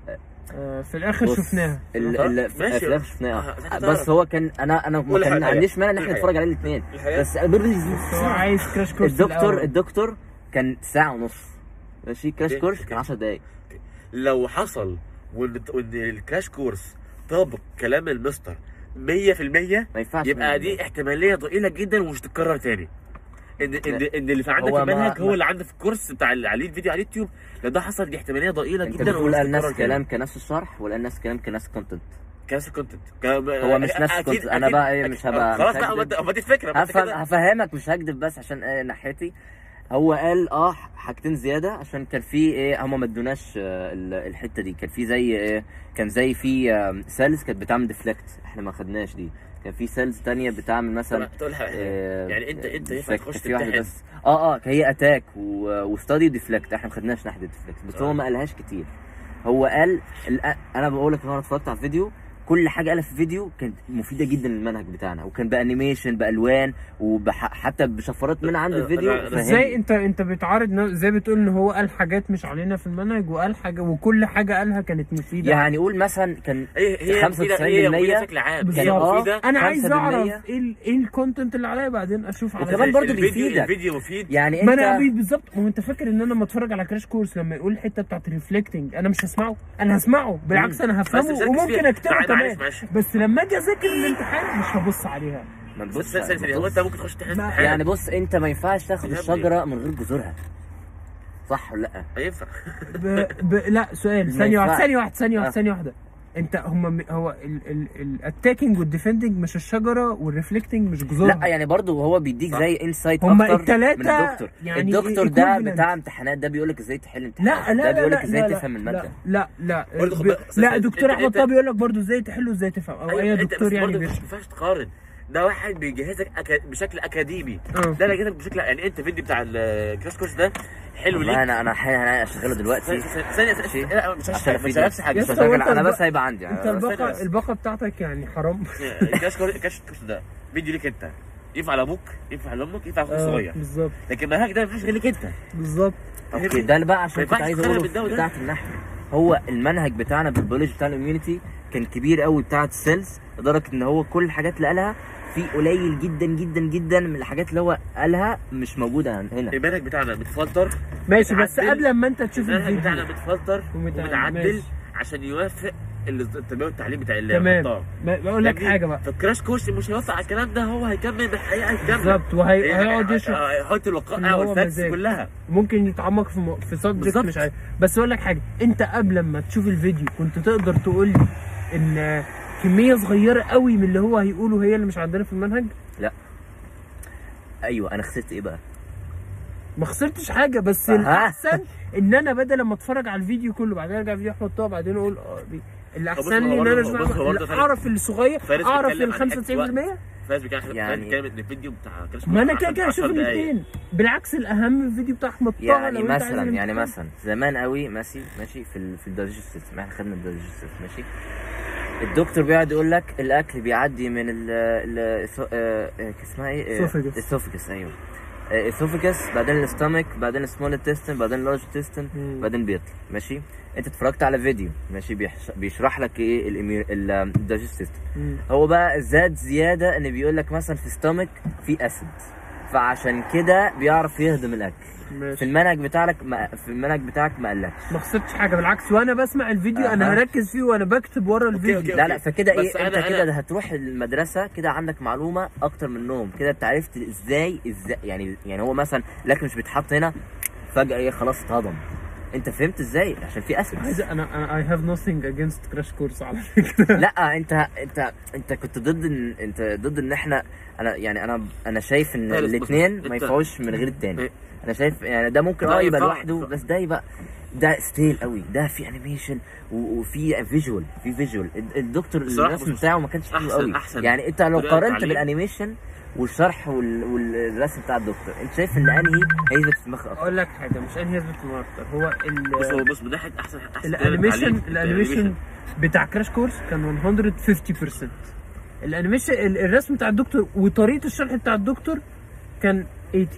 آه في الاخر شفناها ال في الاخر شفناها بس هو كان انا انا ما كان عنديش مانع ان احنا نتفرج عليه الاثنين بس هو عايز كراش كورس. الدكتور الدكتور كان ساعه ونص ماشي كراش كورس كان عشر دقايق. لو حصل وان الكراش كورس طابق كلام المستر مية في المية ما ينفعش يبقى دي احتماليه ضئيله جدا ومش تتكرر تاني. ان ان ان اللي في عندك في المنهج هو اللي عندك في الكورس بتاع اللي عليه الفيديو على اليوتيوب لو ده حصل دي احتماليه ضئيله جدا. انت بتقول الناس كلام كنفس الشرح ولا الناس كلام كناس كونتنت؟ كناس كونتنت هو مش ناس كونتنت. انا بقى ايه مش هبقى خلاص لا ما دي الفكره هفهمك مش هكدب بس عشان ايه ناحيتي. هو قال اه حاجتين زياده عشان كان في ايه هم ما ادوناش الحته دي. كان في زي ايه كان زي في سيلز كانت بتعمل ديفليكت احنا ما خدناش دي. كان في سيلز تانية بتعمل مثلا تقول آه يعني انت انت ينفع تخش في واحده بس اه اه هي اتاك وستادي ديفلكت. احنا ما خدناش ناحيه الديفلكت بس هو ما قالهاش كتير. هو قال انا بقول لك انا اتفرجت على الفيديو، كل حاجه قالها في الفيديو كانت مفيده جدا للمنهج بتاعنا، وكان بانيميشن بالوان وحتى بشفرات من عند الفيديو. ازاي انت انت بتعارض زي بتقول ان هو قال حاجات مش علينا في المنهج وقال حاجه وكل حاجه قالها كانت مفيده؟ يعني قول مثلا كان هي خمسة وتسعين بالمية بشكل عام كان اه انا عايز اعرف ايه ايه الكونتنت اللي عليا بعدين اشوف على وكمان برضه بيفيدك. الفيديو مفيد يعني ما انا بالظبط. ما هو انت فاكر ان انا لما اتفرج على كراش كورس لما يقول الحته بتاعت ريفلكتنج انا مش هسمعه؟ انا هسمعه بالعكس، انا هفهمه وممكن اكتبه كمان، بس لما اجي اذاكر الامتحان مش هبص عليها. ما تبص هو انت ممكن تخش تحل يعني بص انت ما ينفعش تاخد الشجره من غير جذورها، صح ولا لا؟ هينفع ب... ب... لا سؤال ثانيه واحده ثانيه واحده ثانيه واحده ثانيه واحده انت هم هو الاتاكينج والديفندنج مش الشجره والريفلكتنج مش جذورها. لا يعني برضه هو بيديك زي انسايت هم اكتر التلاتة من الدكتور. يعني الدكتور ده بتاع امتحانات ده بيقول لك ازاي تحل امتحانات، لا لا ده بيقول لك لا ازاي لا تفهم الماده. لا لا لا ب... لا دكتور احمد طه بيقول لك برضه ازاي تحل وازاي تفهم، او اي دكتور يعني مش ينفعش تقارن. ده واحد بيجهزك أكا... بشكل اكاديمي، أوه. ده بيجهزك بشكل يعني انت الفيديو بتاع الكراش كورس ده حلو ليك. انا انا انا اشغله دلوقتي ثانيه ثانيه مش مش نفس حاجه مش هشغل انا بس هيبقى عندي انت الباقه الباقه بتاعتك يعني حرام. الكراش كورس ده فيديو ليك انت، ينفع لابوك ينفع لامك ينفع اخوك الصغير بالظبط، لكن المنهج ده ما ينفعش غير ليك انت بالظبط. اوكي ده اللي بقى عشان كنت عايز اقوله بتاعت النحو. هو المنهج بتاعنا بالبيولوجي بتاع الاميونيتي كان كبير قوي بتاعت السيلز لدرجه ان هو كل الحاجات اللي قالها في قليل جدا جدا جدا من الحاجات اللي هو قالها مش موجوده هنا. المنهج بتاعنا بتفلتر ماشي، بس قبل ما انت تشوف المنهج بتاعنا بتفلتر ومتعدل عشان يوافق التربيه والتعليم بتاع اللي تمام. بقول لك حاجه بقى، في الكراش كورس مش هيوافق على الكلام ده، هو هيكمل بالحقيقه هيكمل بالظبط، وهيقعد يشرح هيحط الوقائع والفاكتس كلها، ممكن يتعمق في م... في سبجكت مش عارف. بس اقول لك حاجه، انت قبل ما تشوف الفيديو كنت تقدر تقول لي ان كميه صغيره قوي من اللي هو هيقوله هي اللي مش عندنا في المنهج؟ لا ايوه انا خسرت ايه بقى؟ ما خسرتش حاجه، بس الاحسن ان انا بدل ما اتفرج على الفيديو كله بعدين ارجع فيديو احمد طه بعدين اقول اه دي الاحسن لي ان انا اعرف الصغير اعرف ال خمسة وتسعين بالمية. فارس يعني بيتكلم الفيديو بتاع كراش ما انا كده كده هشوف الاثنين، بالعكس الاهم الفيديو بتاع احمد طه. يعني مثلا يعني مثلا زمان قوي ماشي ماشي في ال في الدايجست سيستم، احنا خدنا الدايجست سيستم ماشي. الدكتور بيقعد يقول لك الاكل بيعدي من ال ال اسمها ايه؟ الاسوفجس. ايوه الاسوفجس، بعدين الاستامك، بعدين السمول انتستين، بعدين اللارج انتستين، بعدين بيطلع ماشي. انت اتفرجت على فيديو ماشي بيشرح لك ايه الدايجست سيستم. هو بقى زاد زياده ان بيقول لك مثلا في الستامك في اسيد، فعشان كده بيعرف يهضم الاكل. ماشي. في المنهج بتاعك ما في المنهج بتاعك ما قالكش، ما خسرتش حاجه بالعكس، وانا بسمع الفيديو أه. انا هركز فيه وانا بكتب ورا الفيديو. أوكي أوكي لا لا فكده ايه انت كده هتروح المدرسه كده عندك معلومه اكتر منهم، كده انت عرفت ازاي ازاي يعني يعني هو مثلا الاكل مش بيتحط هنا فجاه ايه خلاص اتهضم، انت فهمت ازاي؟ عشان في اسيد. انا انا اي هاف نوثينج اجينست كراش كورس على فكره. لا انت انت انت كنت ضد ان انت ضد ان احنا انا يعني انا انا شايف ان الاثنين ما ينفعوش من غير الثاني. انا شايف يعني ده ممكن اه يبقى لوحده، بس ده يبقى ده ستيل قوي، ده في انيميشن وفي فيجوال في فيجوال. الدكتور الرسم بتاعه ما كانش حلو قوي يعني. انت لو قارنت بالانيميشن والشرح والرسم بتاع الدكتور انت شايف ان انهي هيثبت في دماغك اكتر؟ اقول لك حاجه، مش انهي هيثبت في دماغك اكتر، هو بص هو بص من ناحيه احسن احسن الانيميشن الانيميشن بتاع كراش كورس كان مية وخمسين بالمية. الانيميشن الرسم بتاع الدكتور وطريقه الشرح بتاع الدكتور كان ثمانين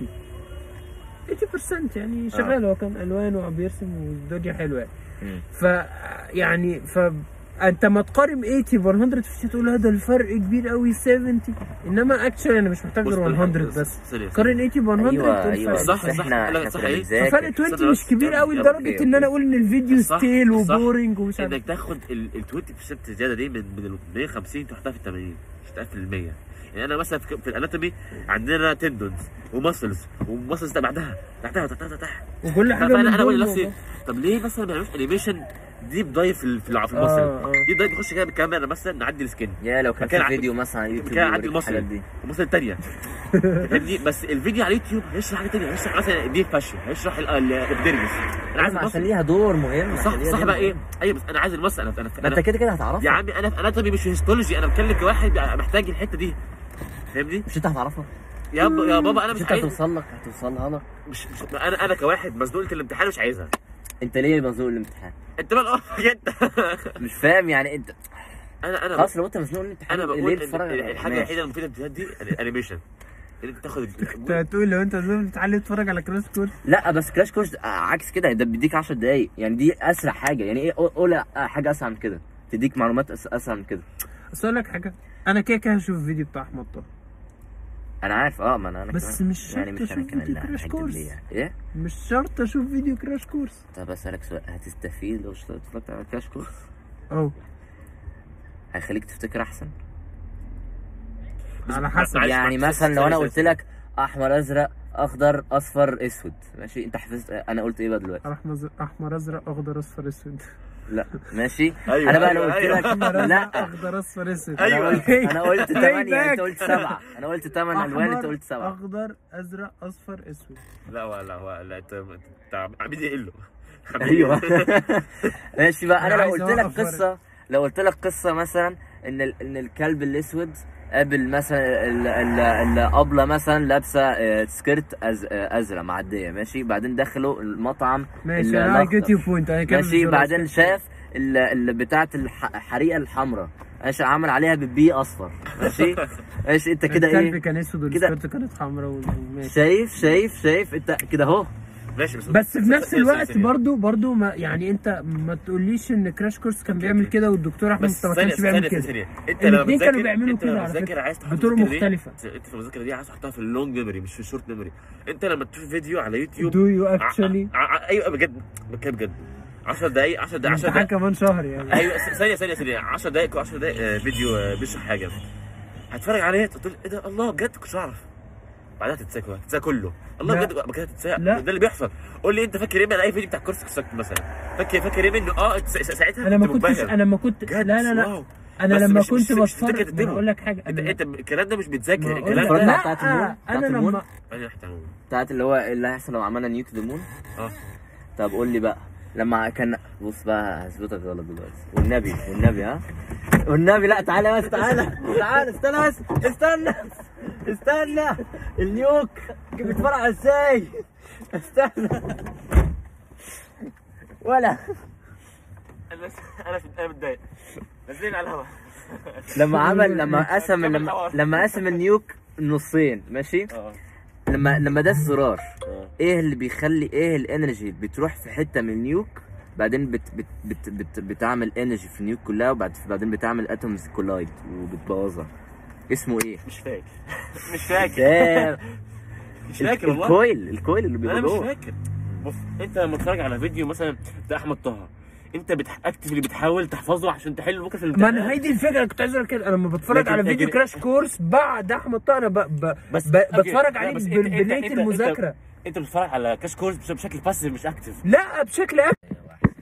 ثمانين بالمية يعني شغال. هو كان الوان وبيرسم والدنيا حلوه يعني. ف يعني ف انت ما تقارن ثمانين ب مية تقول هذا الفرق كبير قوي سبعين، انما اكشلي انا مش محتاج غير مية بس. قارن ثمانين ب مية. ايوه ايوه صح صح احنا صحيح. ففرق عشرين مش كبير قوي لدرجه ان انا اقول ان الفيديو ستيل وبورنج ومش عارف. انك تاخد ال عشرين بالمية زياده دي من من مية وخمسين تحطها في ال ثمانين مش تحطها في ال مية. يعني انا مثلا في الاناتومي عندنا تندونز وماسلز وماسلز بعدها تحتها تحتها تحتها وكل حاجه. فانا انا بقول لنفسي طب ليه مثلا ما بيعملوش انيميشن ديب دايف في في المصري. آه. ديب دايف بيخش كده بالكاميرا مثلا نعدي السكن. يا لو كان في فيديو مثلا على يوتيوب كان عدي المصري دي المصري الثانيه فاهمني. بس الفيديو على اليوتيوب هيشرح حاجه ثانيه، هيشرح مثلا دي فاشن، هيشرح الابديرمس. انا عايز عشان ليها دور مهم. صح صح بقى ايه. ايوه بس انا عايز المساله. انا انا انت كده كده هتعرفها يا عمي. انا انا طبيب مش هيستولوجي، انا بتكلم كواحد محتاج الحته دي فاهمني. مش انت هتعرفها يا يا بابا. انا مش عايز هتوصل لك هتوصلها لك. مش, مش انا انا كواحد مزنوق الامتحان مش عايزها. انت ليه مزنوق الامتحان؟ انت بقى انت مش فاهم يعني انت. انا انا خلاص لو انت مزنوق الامتحان انا بقول الحاجه الوحيده المفيده في الفيديوهات دي الانيميشن اللي انت تاخد. انت هتقول لو انت لازم تتعلم تتفرج على كراش كورس. لا بس كراش كورس عكس كده، ده بيديك عشر دقايق يعني، دي اسرع حاجه يعني. ايه قول حاجه اسرع من كده، تديك معلومات اسرع من كده. بس اقول لك حاجه، انا كده كده هشوف الفيديو بتاع احمد طه. انا عارف اه ما انا انا بس كمان. مش شرط يعني مش اشوف انا كمان فيديو لا كراش هكدب كورس. ليه يعني. ايه مش شرط اشوف فيديو كراش كورس. طب اسالك سؤال، هتستفيد لو اتفرجت على كراش كورس؟ اه هيخليك تفتكر احسن على حسب. يعني مثلا لو انا قلت لك احمر ازرق اخضر اصفر اسود ماشي، انت حفظت انا قلت ايه بقى دلوقتي؟ احمر ازرق اخضر اصفر اسود. لا ماشي. أيوة انا بقى لو أيوة قلت أيوة. لك لا اخضر اصفر اسود. انا قلت انا قلت ثمانية انت back. قلت سبعة. انا قلت ثمان الوان انت قلت سبعة. اخضر ازرق اصفر اسود. لا هو لا هو لا انت انت عبيد يقله. ايوه ماشي بقى. انا أنا لو عايز قلت لك أوقف قصه لو قلت لك قصه مثلا ان ال... ان الكلب الاسود قابل مثلا ال- ال- الابله مثلا لابسه آه، سكيرت أز... آه، ازرق معديه ماشي، بعدين دخلوا المطعم ماشي. ال- انا اي جيت الأخضر. يو بوينت. انا كده ماشي، بعدين شاف ال- ال- بتاعه الح- الحريقه الحمراء ماشي، عمل عليها ببي اصفر ماشي. ماشي انت كده الكلب ايه كان اسود كده. والسكرت كانت حمراء. شايف شايف شايف انت كده اهو. ماشي بس بس في نفس ثانية- الوقت ثانية. برضو برضو ما يعني انت ما تقوليش ان كراش كورس كان بيعمل كده والدكتور احمد بس ما ثانية كانش بيعمل ثانية كده. ثانية. انت لما الاثنين بتذاكر كانوا بيعملوا انت كده لما على بتذاكر فكره عايز تحط بطرق الفكرة دي- مختلفه. انت في المذاكره دي عايز تحطها في اللونج ميموري مش في الشورت ميموري. انت لما تشوف فيديو على يوتيوب دو يو ع- اكشولي ع- ايوه بجد بتكلم بجد عشر دقايق عشر دقايق عشر امتحان دقايق كمان شهر يعني. ايوه س- ثانيه ثانيه ثانيه عشر دقايق عشر دقايق آه، فيديو آه، بيشرح حاجه هتفرج عليه تقول ايه ده الله بجد كنتش اعرف. بعدها تتساكوا تتساكوا كله الله لا. بجد بجد تتساق. لا. ده اللي بيحصل. قول لي انت فاكر ايه من اي فيديو بتاع كورس كسكت مثلا؟ فاكر فاكر ايه منه؟ اه س- س- ساعتها انا ما كنت كنتش منبهر. انا ما كنت بجد، لا لا لا واو. انا بس لما مش- كنت مش- مش بتفرج بتذاكر ما أنا اقول لك حاجه انت انا انت الكلام ده مش بيتذاكر ما الكلام أقول لك- ده اتفرجت على بتاعت المون؟ لا بتاعت انا المون؟ لما انا رحت اعمل بتاعت اللي هو اللي هيحصل لو عملنا نيوك ذا مون. اه طب قول لي بقى لما كان بص بقى هثبتك غلط دلوقتي والنبي والنبي ها والنبي. لا تعالى بس تعالى تعالى استنى بس استنى استنى النيوك بيتفرع ازاي؟ استنى ولا انا انا انا متضايق نزلين على الهواء. لما عمل لما قسم لما لما قسم النيوك نصين ماشي، اه لما لما داس زرار اه ايه اللي بيخلي ايه الانرجي بتروح في حته من النيوك بعدين بت بت بت بت بتعمل انرجي في النيوك كلها وبعد بعدين بتعمل اتومز كولايد وبتبوظها. اسمه ايه؟ مش فاكر مش فاكر ده مش فاكر والله. الكويل الكويل اللي بيبقى انا مش جوه. فاكر. بص انت لما تتفرج على فيديو مثلا بتاع احمد طه انت بتاكتف اللي بتحاول تحفظه عشان تحل بكره في ما الامتحان. انا هي دي الفكره كنت عايز اقول كده. انا لما بتفرج لكن- على فيديو لكن- كراش كورس بعد احمد طه انا ب... ب... بس ب... أوكي. بتفرج لا، عليه بس ب- انت- انت- بنيه انت- المذاكره. انت بتتفرج على كاش كورس بشكل باسيف مش اكتف. لا بشكل أكتر.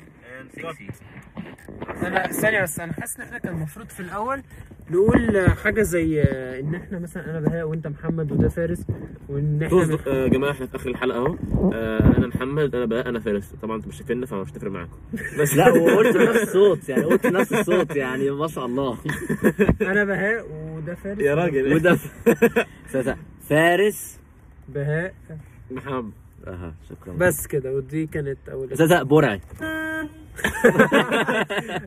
انا ثانيه بس انا حاسس ان احنا كان المفروض في الاول نقول حاجه زي ان احنا مثلا انا بهاء وانت محمد وده فارس وان احنا بص يا جماعه احنا في اخر الحلقه اهو. آه، انا محمد انا بقى انا فارس. طبعا انتوا مش شايفيننا فمش هتفرق معاكم. بس لا وقلت نفس الصوت يعني قلت نفس الصوت يعني ما شاء الله. انا بهاء وده فارس يا راجل وده ف- فارس بهاء محمد. اها شكرا بس كده. ودي كانت اول استاذ برعي